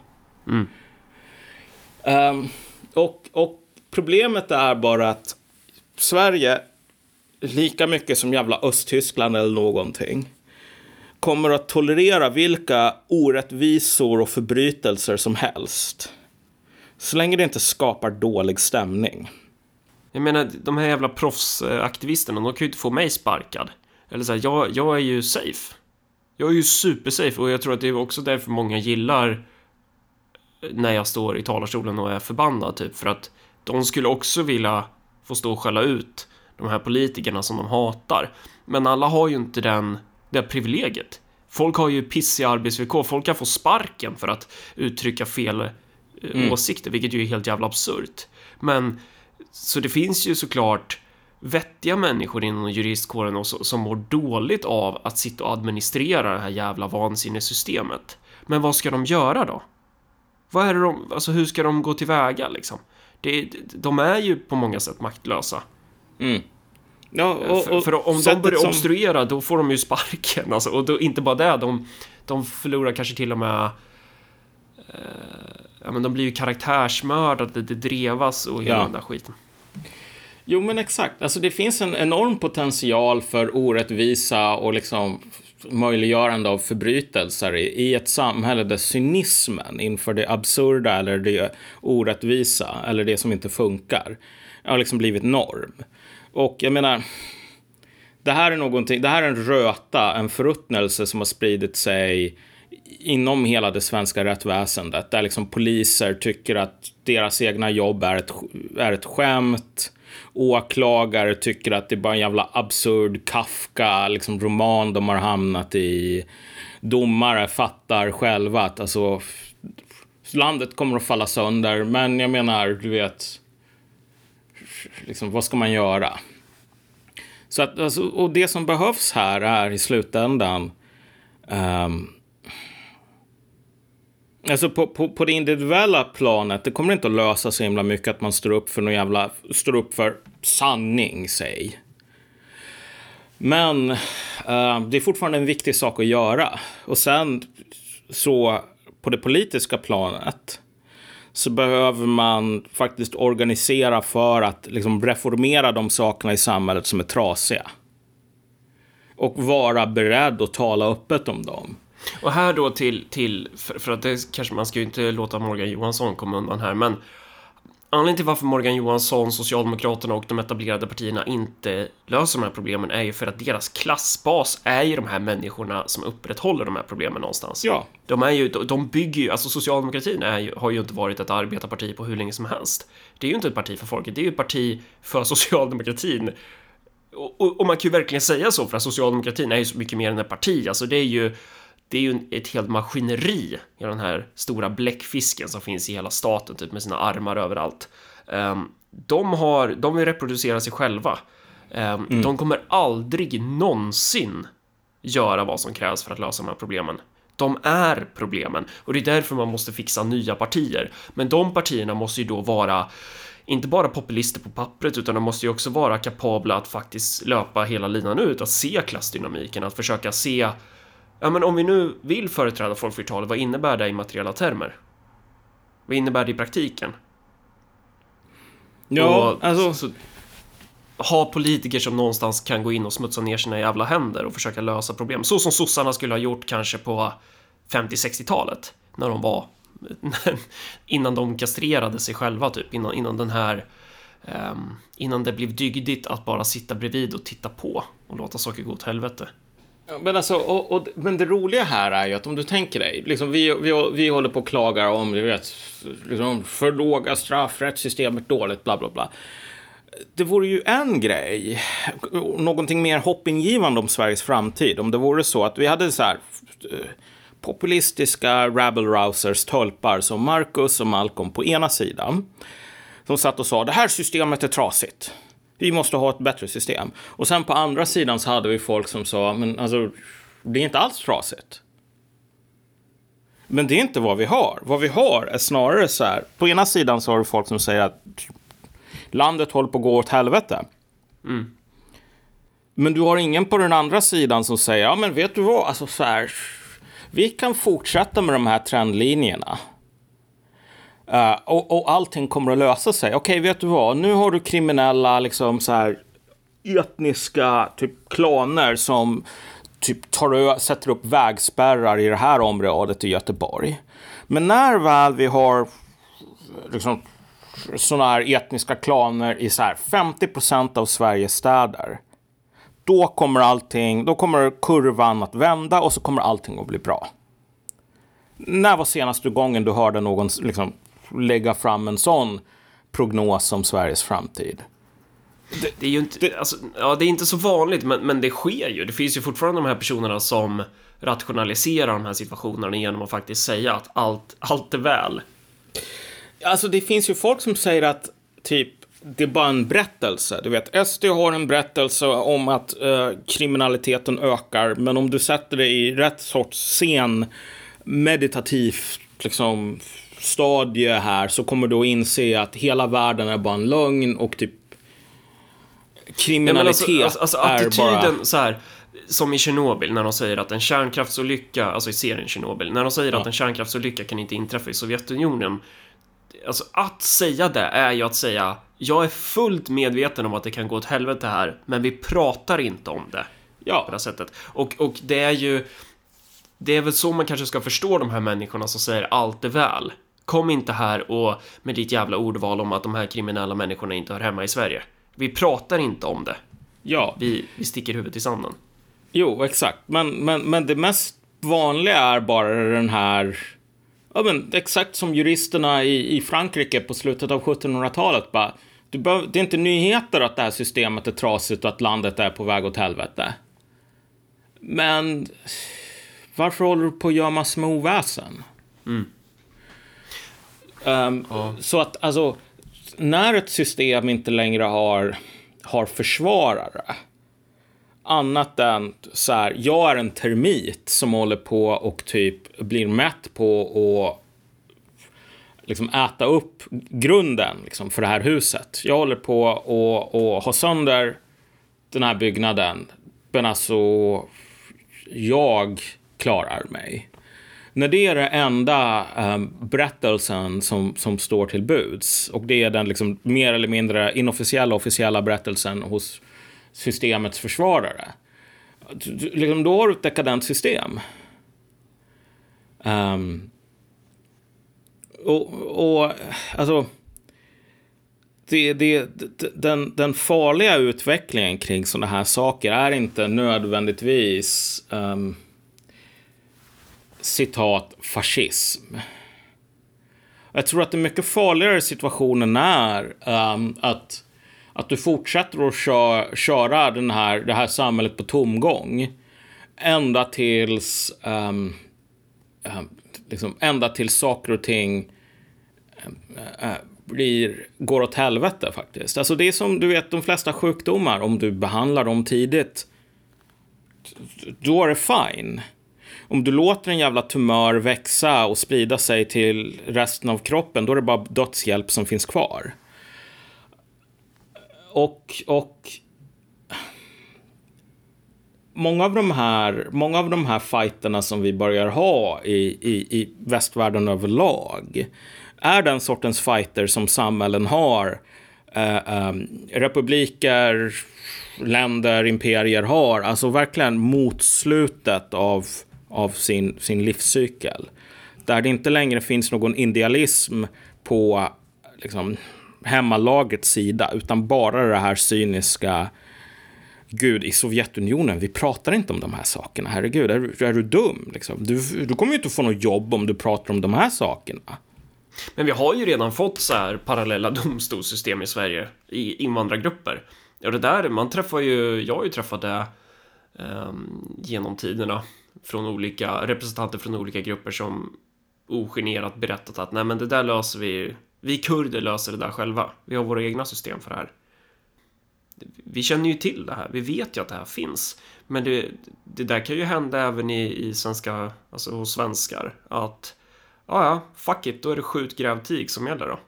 B: Och problemet är bara att Sverige, lika mycket som jävla Östtyskland eller någonting, kommer att tolerera vilka orättvisor och förbrytelser som helst. Så länge det inte skapar dålig stämning.
A: Jag menar, de här jävla proffsaktivisterna, de kan ju inte få mig sparkad. Eller så här, jag är ju safe. Jag är ju supersafe och jag tror att det är också därför många gillar när jag står i talarstolen och är förbannad typ. För att de skulle också vilja få stå och skälla ut de här politikerna som de hatar. Men alla har ju inte det privilegiet. Folk har ju pissiga arbetsvillkor. Folk kan få sparken för att uttrycka fel åsikter, vilket ju är helt jävla absurt. Men så det finns ju såklart vettiga människor inom juristkåren också, som mår dåligt av att sitta och administrera det här jävla vansinnesystemet. Men vad ska de göra då? Vad är det alltså hur ska de gå tillväga liksom? De är ju på många sätt maktlösa.
B: Ja,
A: för om de börjar obstruera, då får de ju sparken alltså, och då, inte bara det, de förlorar kanske till och med men de blir ju karaktärsmördade, det drevas och hela den där skiten.
B: Jo, men exakt. Alltså det finns en enorm potential för orättvisa och liksom möjliggörande av förbrytelser i ett samhälle där cynismen inför det absurda eller det orättvisa eller det som inte funkar har liksom blivit norm. Och jag menar, det här är någonting, det här är en röta, en förruttnelse som har spridit sig inom hela det svenska rättsväsendet, där liksom poliser tycker att deras egna jobb är ett skämt. Åklagare tycker att det är bara en jävla absurd Kafka liksom roman de har hamnat i. Domare fattar själva att alltså, landet kommer att falla sönder, men jag menar, du vet, liksom, vad ska man göra? Så att, alltså, och det som behövs här är i slutändan alltså på det individuella planet, det kommer inte att lösa så himla mycket att man står upp för sanning, säg. Men det är fortfarande en viktig sak att göra. Och sen så på det politiska planet så behöver man faktiskt organisera för att liksom reformera de sakerna i samhället som är trasiga. Och vara beredd att tala öppet om dem.
A: Och här då för att det kanske man ska ju inte låta Morgan Johansson komma undan här, men anledningen till varför Morgan Johansson, Socialdemokraterna och de etablerade partierna inte löser de här problemen är ju för att deras klassbas är ju de här människorna som upprätthåller de här problemen någonstans.
B: Ja.
A: De bygger ju, alltså socialdemokratin har ju inte varit ett arbetarparti på hur länge som helst. Det är ju inte ett parti för folket, det är ju ett parti för socialdemokratin. Och man kan ju verkligen säga så, för att socialdemokratin är ju så mycket mer än ett parti. Alltså det är ju ett helt maskineri i den här stora bläckfisken som finns i hela staten, typ med sina armar överallt. De vill reproducera sig själva. De kommer aldrig någonsin göra vad som krävs för att lösa de här problemen. De är problemen, och det är därför man måste fixa nya partier. Men de partierna måste ju då vara inte bara populister på pappret, utan de måste ju också vara kapabla att faktiskt löpa hela linan ut, att se klassdynamiken, att försöka se, ja men om vi nu vill företräda folkflertalet, vad innebär det i materiella termer? Vad innebär det i praktiken?
B: Ja,
A: och,
B: alltså
A: så, ha politiker som någonstans kan gå in och smutsa ner sina jävla händer och försöka lösa problem, så som sossarna skulle ha gjort kanske på 50-60-talet, när de var innan de kastrerade sig själva, typ innan den här innan det blev dygdigt att bara sitta bredvid och titta på och låta saker gå åt helvete.
B: Men alltså, men det roliga här är ju att om du tänker dig, liksom vi håller på och klagar om, du vet, liksom, för låga straff, rättssystemet dåligt, bla bla bla. Det vore ju en grej, någonting mer hoppingivande om Sveriges framtid, om det vore så att vi hade så här populistiska rabble-rousers, tölpar som Marcus och Malcolm på ena sidan, som satt och sa, det här systemet är trasigt. Vi måste ha ett bättre system. Och sen på andra sidan så hade vi folk som sa, men alltså, det är inte alls trasigt. Men det är inte vad vi har. Vad vi har är snarare så här, på ena sidan så har du folk som säger att landet håller på att gå åt helvete.
A: Mm.
B: Men du har ingen på den andra sidan som säger, ja men vet du vad, alltså så här, vi kan fortsätta med de här trendlinjerna. Och allting kommer att lösa sig. Okej, vet du vad? Nu har du kriminella liksom så här etniska typ klaner som typ sätter upp vägspärrar i det här området i Göteborg. Men när väl vi har liksom såna här etniska klaner i så här 50% av Sveriges städer, då kommer kurvan att vända och så kommer allting att bli bra. När var senaste gången du hörde någon liksom lägga fram en sån prognos om Sveriges framtid?
A: Det är ju inte, alltså, ja, det är inte så vanligt, men det sker ju. Det finns ju fortfarande de här personerna som rationaliserar de här situationerna genom att faktiskt säga att allt är väl.
B: Alltså det finns ju folk som säger att typ det är bara en berättelse. Du vet, SD har en berättelse om att kriminaliteten ökar, men om du sätter det i rätt sorts scen, meditativt liksom stadie här, så kommer du att inse att hela världen är bara en lögn och typ kriminalitet
A: alltså attityden är bara så här, som i Tjernobyl när de säger att en kärnkraftsolycka, alltså i serien Tjernobyl, när de säger att en kärnkraftsolycka kan inte inträffa i Sovjetunionen. Alltså att säga det är ju att säga, jag är fullt medveten om att det kan gå åt helvete här, men vi pratar inte om det på det här sättet. Och det är väl så man kanske ska förstå de här människorna som säger allt är väl. Kom inte här och med ditt jävla ordval om att de här kriminella människorna inte hör hemma i Sverige. Vi pratar inte om det.
B: Ja.
A: Vi sticker huvudet i sanden.
B: Jo, exakt. Men det mest vanliga är bara den här, ja, men exakt som juristerna i Frankrike på slutet av 1700-talet bara, det är inte nyheter att det här systemet är trasigt och att landet är på väg åt helvete. Men varför håller du på att göra massor med oväsen? Så att alltså, när ett system inte längre har försvarare, annat än så här, jag är en termit som håller på och typ blir mätt på och liksom äta upp grunden liksom för det här huset. Jag håller på och ha sönder den här byggnaden, men alltså jag klarar mig. När det är den enda berättelsen som står till buds, och det är den liksom mer eller mindre inofficiella officiella berättelsen hos systemets försvarare, liksom, då har du ett dekadent system. Och alltså den farliga utvecklingen kring sådana här saker är inte nödvändigtvis citat fascism. Jag tror att det är mycket farligare situationen är att du fortsätter att köra det här samhället på tomgång ända tills ända till saker och ting går åt helvete faktiskt. Alltså det är som du vet, de flesta sjukdomar, om du behandlar dem tidigt, då är det fine. Om du låter en jävla tumör växa och sprida sig till resten av kroppen, då är det bara dödshjälp som finns kvar. Och många av de här fighterna som vi börjar ha i västvärlden överlag är den sortens fighter som samhällen har, republiker, länder, imperier har, alltså verkligen mot slutet av sin livscykel, där det inte längre finns någon idealism på liksom hemmalagets sida, utan bara det här cyniska, gud, i Sovjetunionen, vi pratar inte om de här sakerna, herregud, är du dum liksom? Du kommer ju inte få något jobb om du pratar om de här sakerna.
A: Men vi har ju redan fått så här parallella domstolssystem i Sverige i invandrargrupper. Och det där, jag har ju träffat det genom tiderna från olika representanter från olika grupper som ogenerat berättat att nej, men det där löser vi kurder löser det där själva. Vi har våra egna system för det här. Vi känner ju till det här. Vi vet ju att det här finns. Men det där kan ju hända även i svenska, alltså hos svenskar, att ja, fuck it, då är det skjut, gräv, tig som gäller då.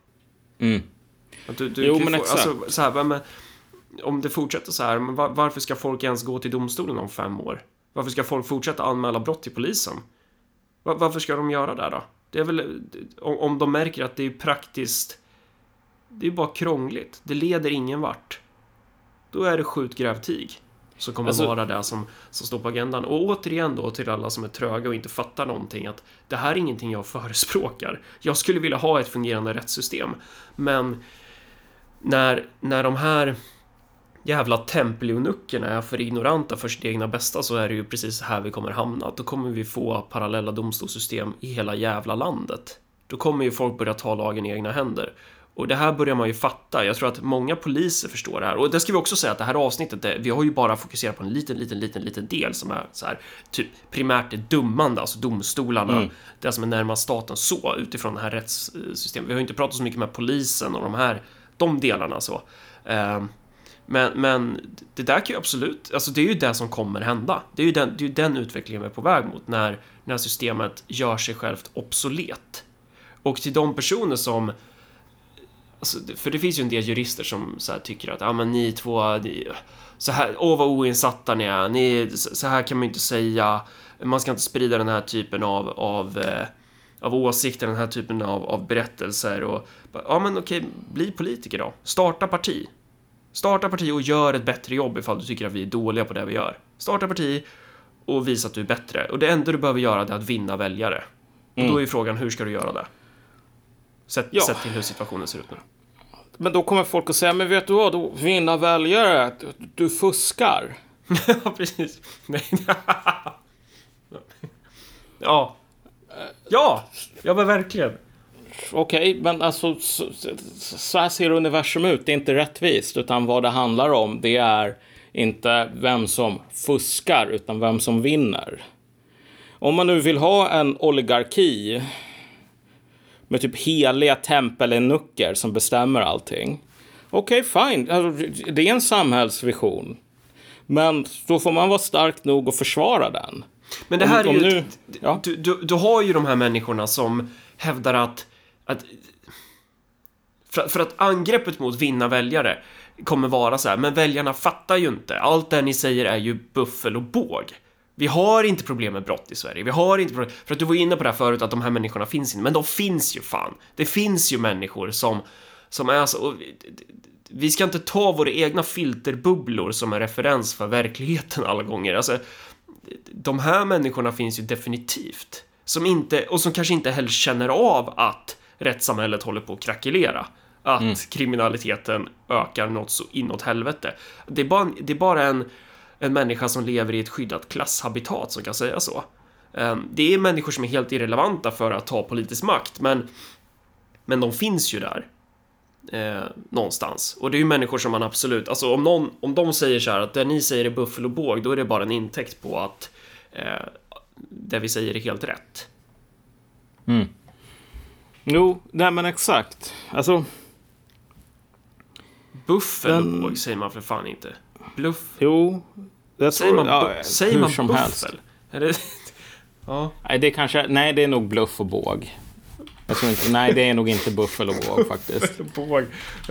A: Att du men exakt. Alltså, så här, men om det fortsätter så här, men varför ska folk ens gå till domstolen om 5 år? Varför ska folk fortsätta anmäla brott till polisen? Varför ska de göra det då? Det är väl, om de märker att det är praktiskt, det är bara krångligt. Det leder ingen vart. Då är det skjut, gräv, tig som kommer vara det som står på agendan. Och återigen då till alla som är tröga och inte fattar någonting, att det här är ingenting jag förespråkar. Jag skulle vilja ha ett fungerande rättssystem. Men när de här jävla tempeleunuckerna är för ignoranta för sitt egna bästa, så är det ju precis här vi kommer hamna. Då kommer vi få parallella domstolssystem i hela jävla landet. Då kommer ju folk börja ta lagen i egna händer. Och det här börjar man ju fatta. Jag tror att många poliser förstår det här. Och det ska vi också säga, att det här avsnittet, vi har ju bara fokuserat på en liten del som är så här, typ primärt det dömande, alltså domstolarna, det som är närmast staten, så utifrån det här rättssystemet. Vi har ju inte pratat så mycket med polisen och de delarna så. Men det där kan ju absolut, alltså det är ju det som kommer hända. Det är ju den utvecklingen vi är på väg mot, när systemet gör sig självt obsolet. Och till de personer som, alltså, för det finns ju en del jurister som så här tycker att men ni två, så här, vad oinsatta ni är, så här kan man inte säga, man ska inte sprida den här typen av åsikter, den här typen av berättelser. Och men okej, bli politiker då, starta parti och gör ett bättre jobb ifall du tycker att vi är dåliga på det vi gör. Starta parti och visa att du är bättre. Och det enda du behöver göra är att vinna väljare. Och då är frågan, hur ska du göra det? Sett till hur situationen ser ut nu.
B: Men då kommer folk att säga, men vet du vad, då vinna väljare, du fuskar.
A: Ja, precis. Nej. Ja. Ja, ja men verkligen.
B: Okej, men alltså så här ser universum ut. Det är inte rättvist, utan vad det handlar om, det är inte vem som fuskar, utan vem som vinner. Om man nu vill ha en oligarki med typ heliga tempelenucker som bestämmer allting. Okej, fine. Alltså, det är en samhällsvision. Men då får man vara stark nog att försvara den.
A: Men det här är ju... Ja. Du har ju de här människorna som hävdar att för att angreppet mot vinna väljare kommer vara så här, men väljarna fattar ju inte. Allt det ni säger är ju buffel och båg. Vi har inte problem med brott i Sverige. Vi har inte problem, för att du var inne på det här förut att de här människorna finns inte, men de finns ju fan. Det finns ju människor som är så... Vi ska inte ta våra egna filterbubblor som en referens för verkligheten alla gånger. Alltså, de här människorna finns ju definitivt. Som inte, och som kanske inte heller känner av att rättssamhället håller på att krackelera. Att kriminaliteten ökar något så inåt helvete. Det är bara en människa som lever i ett skyddat klasshabitat som kan säga så. Det är människor som är helt irrelevanta för att ta politisk makt, men de finns ju där. Någonstans. Och det är ju människor som man absolut, alltså om de säger så här att det ni säger är buffel och båg, då är det bara en intäkt på att det vi säger är helt rätt.
B: Jo, nej men exakt. Alltså
A: buffel och båg säger man för fan inte. Bluff.
B: Jo,
A: säger man
B: som
A: buffel?
B: Helst.
A: Är det... Ja.
B: Nej, det är nog bluff och båg. Jag tror inte, nej, det är nog inte buffel och båg faktiskt.
A: Båg.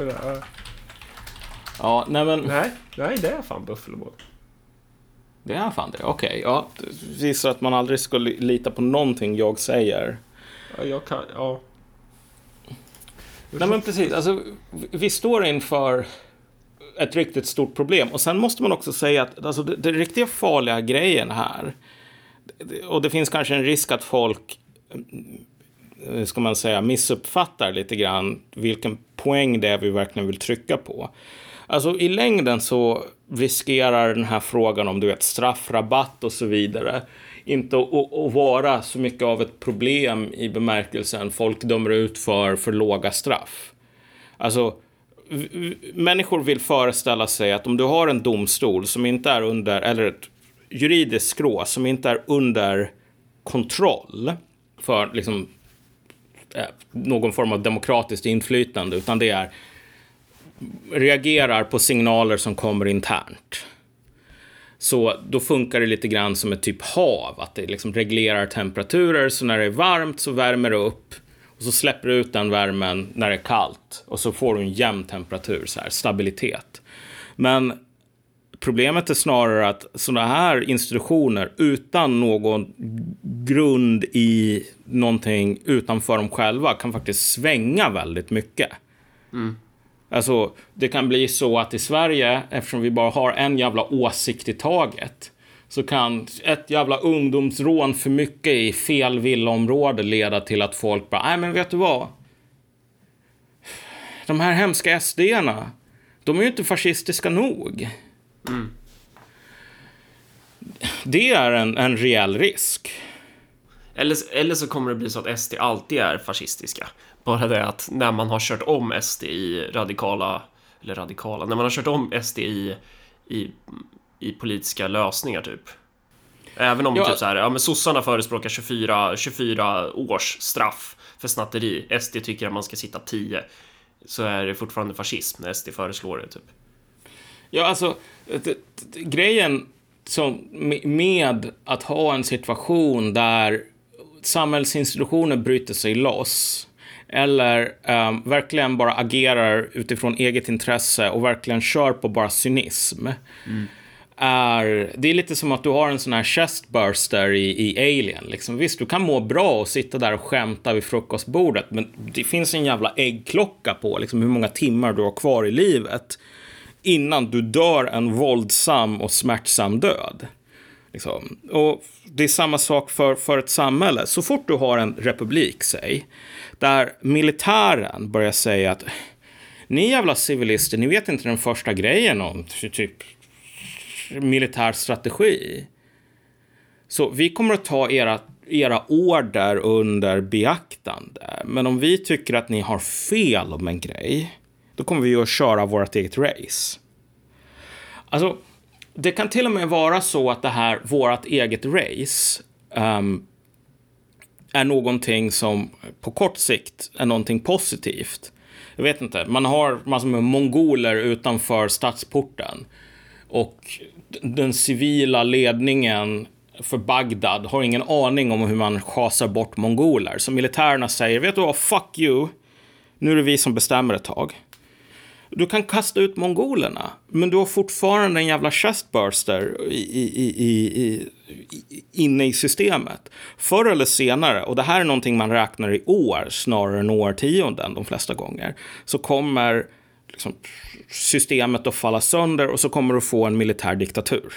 B: Ja, nej men...
A: Nej, det är fan buffel och båg.
B: Det är fan det, okej. Ja, det visar att man aldrig ska lita på någonting jag säger.
A: Ja, jag kan, ja.
B: Nej men precis, alltså vi står inför ett riktigt stort problem. Och sen måste man också säga att alltså, det riktigt farliga grejen här, och det finns kanske en risk att folk, ska man säga, missuppfattar lite grann vilken poäng det är vi verkligen vill trycka på. Alltså i längden så riskerar den här frågan om straffrabatt och så vidare inte att vara så mycket av ett problem i bemärkelsen folk dömer ut för låga straff. Alltså människor vill föreställa sig att om du har en domstol som inte är under, eller ett juridiskt skrå som inte är under kontroll för liksom någon form av demokratiskt inflytande, utan det är reagerar på signaler som kommer internt. Så då funkar det lite grann som ett typ hav, att det liksom reglerar temperaturer, så när det är varmt så värmer det upp och så släpper du ut den värmen när det är kallt och så får du en jämn temperatur, så här, stabilitet. Men problemet är snarare att sådana här institutioner utan någon grund i någonting utanför dem själva kan faktiskt svänga väldigt mycket. Alltså, det kan bli så att i Sverige, eftersom vi bara har en jävla åsikt i taget, så kan ett jävla ungdomsrån för mycket i fel villaområde leda till att folk bara, nej men vet du vad? De här hemska SD-erna, de är ju inte fascistiska nog. Det är en reell risk.
A: Eller så kommer det bli så att SD alltid är fascistiska. Bara det att när man har kört om SD i när man har kört om SD i politiska lösningar typ. Även om typ så här, ja men sossarna förespråkar 24 års straff för snatteri. SD tycker att man ska sitta 10. Så är det fortfarande fascism när SD föreslår det typ.
B: Ja, alltså grejen som med att ha en situation där samhällsinstitutioner bryter sig loss eller verkligen bara agerar utifrån eget intresse och verkligen kör på bara cynism. Det är lite som att du har en sån här chestburster i Alien. Liksom. Visst, du kan må bra och sitta där och skämta vid frukostbordet, men det finns en jävla äggklocka på liksom, hur många timmar du har kvar i livet innan du dör en våldsam och smärtsam död. Liksom. Och det är samma sak för ett samhälle. Så fort du har en republik, säg, där militären börjar säga att ni jävla civilister, ni vet inte den första grejen om typ militär strategi. Så vi kommer att ta era era order under beaktande. Men om vi tycker att ni har fel om en grej, då kommer vi ju att köra vårt eget race. Alltså, det kan till och med vara så att det här, vårt eget race, är någonting som på kort sikt är någonting positivt. Jag vet inte, man har massor med mongoler utanför stadsporten. Och den civila ledningen för Bagdad har ingen aning om hur man chasar bort mongoler. Så militärerna säger, vet du vad, fuck you. Nu är det vi som bestämmer ett tag. Du kan kasta ut mongolerna, men du har fortfarande en jävla chestburster inne i systemet. Förr eller senare, och det här är någonting man räknar i år snarare än årtionden de flesta gånger, så kommer liksom systemet att falla sönder och så kommer du få en militär diktatur.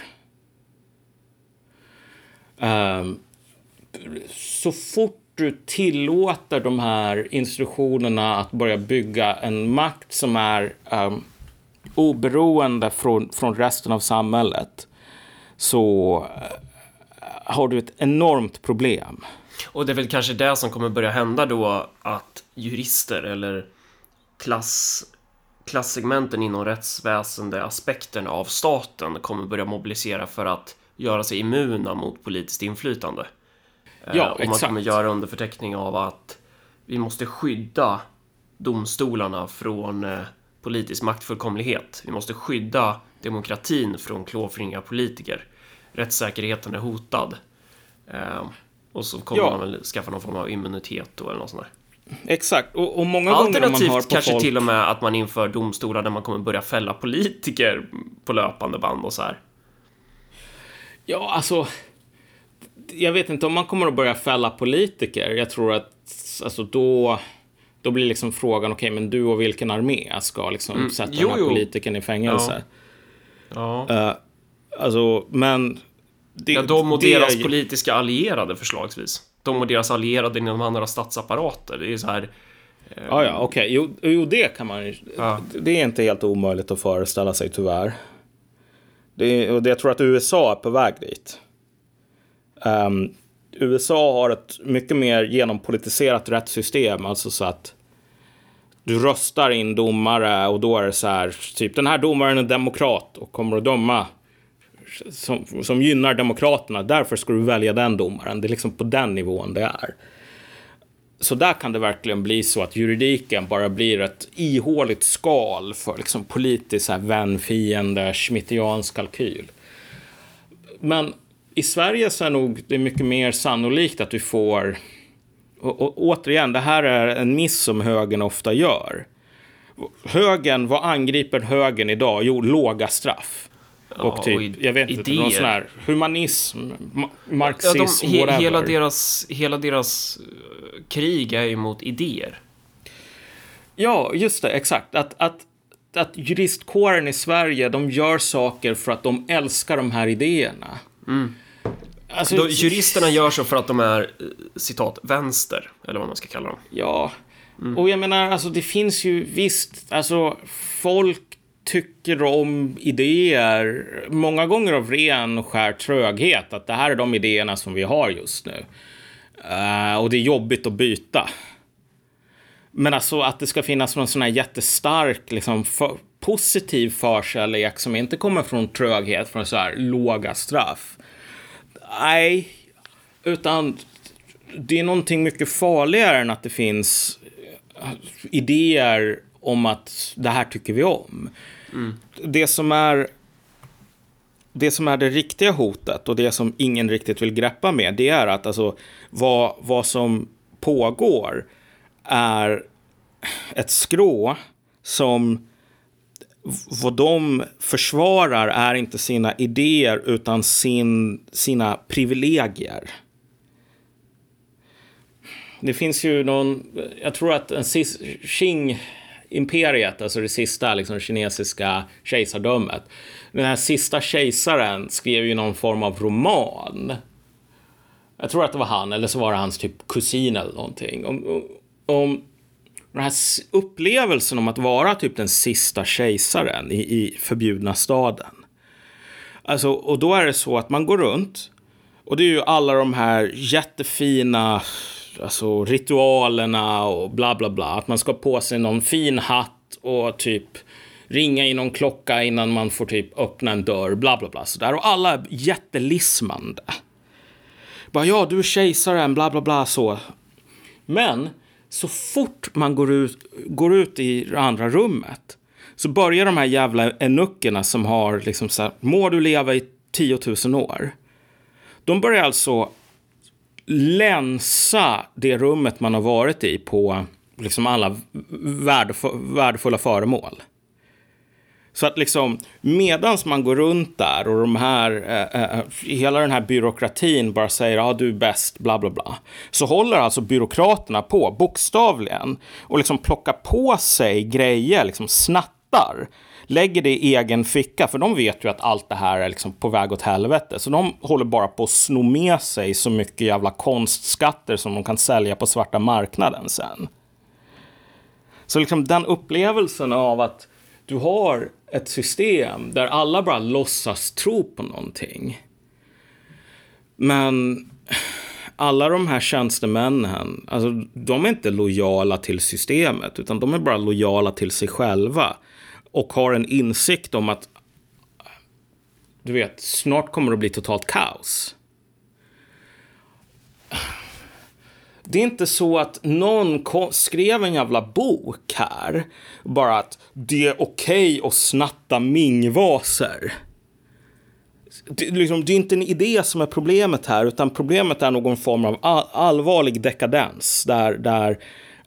B: Så fort du tillåter de här institutionerna att börja bygga en makt som är oberoende från resten av samhället, så har du ett enormt problem.
A: Och det är väl kanske det som kommer börja hända då, att jurister eller klassegmenten inom rättsväsende, aspekten av staten, kommer börja mobilisera för att göra sig immuna mot politiskt inflytande.
B: Ja,
A: och man kommer göra under förteckning av att vi måste skydda domstolarna från politisk maktfullkomlighet. Vi måste skydda demokratin från klåfingriga politiker. Rättssäkerheten är hotad. Och så kommer man väl skaffa någon form av immunitet då, eller något sånt där.
B: Exakt, och många gånger man hör på
A: kanske
B: folk...
A: till och med att man inför domstolar där man kommer börja fälla politiker på löpande band och så här.
B: Ja, alltså... Jag vet inte om man kommer att börja fälla politiker. Jag tror att alltså då blir liksom frågan, okej, men du och vilken armé ska liksom sätta den här politikern i fängelse?
A: Ja.
B: Alltså, men...
A: de och deras politiska allierade förslagsvis. De och deras allierade inom andra statsapparater. Det är så här...
B: Okej. Jo, det kan man ju... Ja. Det är inte helt omöjligt att föreställa sig, tyvärr. Och jag tror att USA är på väg dit. USA har ett mycket mer genompolitiserat rättssystem, alltså så att du röstar in domare och då är det så här, typ, den här domaren är demokrat och kommer att döma som gynnar demokraterna, därför ska du välja den domaren. Det är liksom på den nivån det är. Så där kan det verkligen bli så att juridiken bara blir ett ihåligt skal för liksom politisk vän-fiende, schmittiansk kalkyl. Men i Sverige så är nog det mycket mer sannolikt att vi får... Och återigen, det här är en miss som högern ofta gör. Vad angriper högern idag? Jo, låga straff. Och typ, jag vet inte, någon sån här humanism, marxism,
A: hela deras krig är ju mot idéer.
B: Ja, just det, exakt. Att juristkåren i Sverige, de gör saker för att de älskar de här idéerna. Alltså,
A: juristerna gör så för att de är, citat, vänster, eller vad man ska kalla dem.
B: Ja, och jag menar, alltså det finns ju visst, alltså folk tycker om idéer, många gånger av ren och skär tröghet, att det här är de idéerna som vi har just nu. Och det är jobbigt att byta. Men alltså att det ska finnas någon sån här jättestark, liksom, positiv förkärlek som inte kommer från tröghet, från så här låga straff. Nej, utan det är någonting mycket farligare än att det finns idéer om att det här tycker vi om. Det som är det riktiga hotet och det som ingen riktigt vill greppa med, det är att alltså, vad som pågår är ett skrå som vad de försvarar är inte sina idéer utan sina privilegier. Det finns ju jag tror att Qing-imperiet, alltså det sista liksom kinesiska kejsardömet, den här sista kejsaren skrev ju någon form av roman. Jag tror att det var han, eller så var det hans typ kusin eller någonting. Om den här upplevelsen om att vara typ den sista kejsaren i förbjudna staden. Alltså, och då är det så att man går runt Och det är ju alla de här jättefina alltså ritualerna och bla bla bla. Att man ska på sig någon fin hatt och typ ringa i någon klocka innan man får typ öppna en dörr, bla bla bla. Så där. Och alla är jättelismande. Bara, ja, du är kejsaren, bla bla bla, så. Men så fort man går ut i det andra rummet så börjar de här jävla enuckerna som har liksom så här, må du leva i 10 000 år. De börjar alltså länsa det rummet man har varit i på liksom alla värdefulla föremål. Så att liksom medans man går runt där och de här hela den här byråkratin bara säger ja, du är bäst, bla bla bla. Så håller alltså byråkraterna på bokstavligen och liksom plockar på sig grejer, liksom snattar, lägger det i egen ficka, för de vet ju att allt det här är liksom på väg åt helvete. Så de håller bara på att sno med sig så mycket jävla konstskatter som de kan sälja på svarta marknaden sen. Så liksom den upplevelsen av att du har ett system där alla bara låtsas tro på någonting. Men alla de här tjänstemännen, alltså de är inte lojala till systemet, utan de är bara lojala till sig själva. Och har en insikt om att du vet, snart kommer det bli totalt kaos. Det är inte så att någon skrev en jävla bok här. Bara att det är okej att snatta mingvaser. Det är inte en idé som är problemet här. Utan problemet är någon form av allvarlig dekadens. Där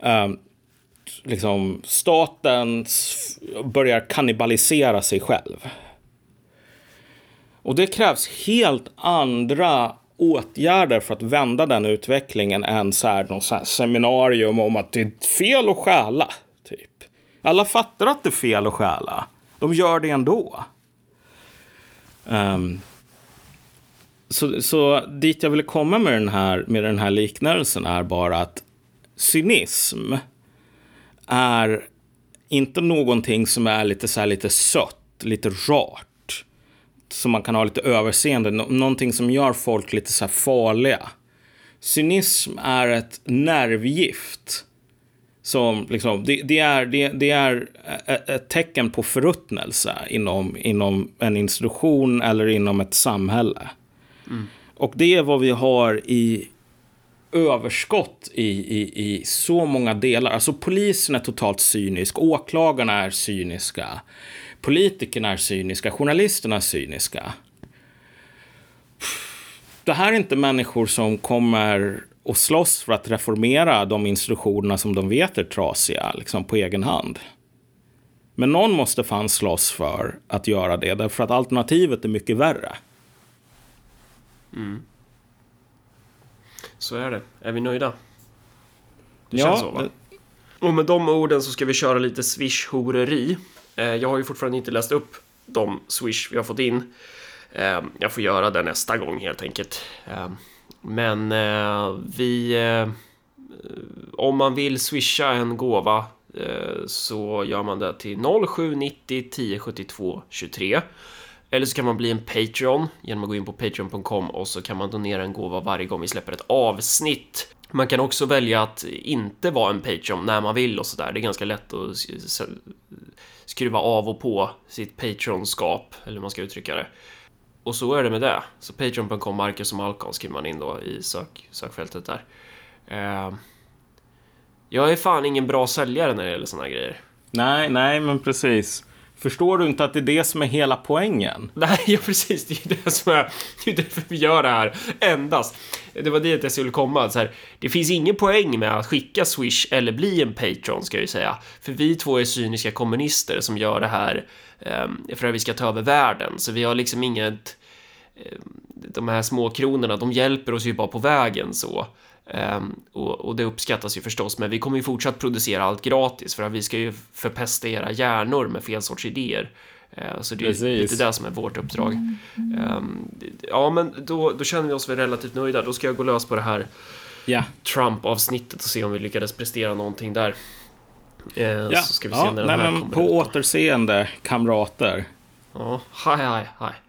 B: liksom staten börjar kannibalisera sig själv. Och det krävs helt andra åtgärder för att vända den utvecklingen än så här, någon så här seminarium om att det är fel att stjäla. Typ. Alla fattar att det är fel att stjäla. De gör det ändå. Så dit jag ville komma med den här liknelsen är bara att cynism är inte någonting som är lite sött, lite rart. Som man kan ha lite överseende. Någonting som gör folk lite så här farliga. Cynism är ett nervgift. Som liksom, det är ett tecken på förruttnelse inom en institution eller inom ett samhälle. Mm. Och det är vad vi har i överskott i så många delar. Alltså polisen är totalt cynisk, åklagarna är cyniska, politikerna är cyniska, journalisterna är cyniska. Det här är inte människor som kommer att slåss för att reformera de institutionerna som de vet är trasiga liksom på egen hand. Men någon måste fan slåss för att göra det, därför att alternativet är mycket värre.
A: Mm. Så är det. Är vi nöjda? Det känns så, va? Och med de orden så ska vi köra lite swish-horeri. Jag har ju fortfarande inte läst upp de swish vi har fått in. Jag får göra det nästa gång helt enkelt. Men om man vill swisha en gåva så gör man det till 0790 1072 23. Eller så kan man bli en Patreon genom att gå in på patreon.com och så kan man donera en gåva varje gång vi släpper ett avsnitt. Man kan också välja att inte vara en Patreon när man vill och sådär. Det är ganska lätt att skruva av och på sitt Patreonskap, eller hur man ska uttrycka det. Och så är det med det. Så patreon.com, Marcus och Malcolm skriver man in då i sökfältet där. Jag är fan ingen bra säljare när det gäller såna här grejer.
B: Nej, men precis. Förstår du inte att det är det som är hela poängen?
A: Nej, ja, precis. Det är det som är, det är därför vi gör det här endast. Det var dit jag skulle komma. Så här, det finns ingen poäng med att skicka Swish eller bli en Patreon, ska jag ju säga. För vi två är cyniska kommunister som gör det här för att vi ska ta över världen. Så vi har liksom inget... De här små kronorna, de hjälper oss ju bara på vägen så. Och det uppskattas ju förstås, men vi kommer ju fortsatt producera allt gratis för att vi ska ju förpesta era hjärnor med fel sorts idéer. Så det är lite det som är vårt uppdrag. Ja, men då känner vi oss väl relativt nöjda. Då ska jag gå lös på det här Trump-avsnittet och se om vi lyckades prestera någonting där. Så ska vi se när den här kommer
B: på återseende, kamrater.
A: Ja, hej.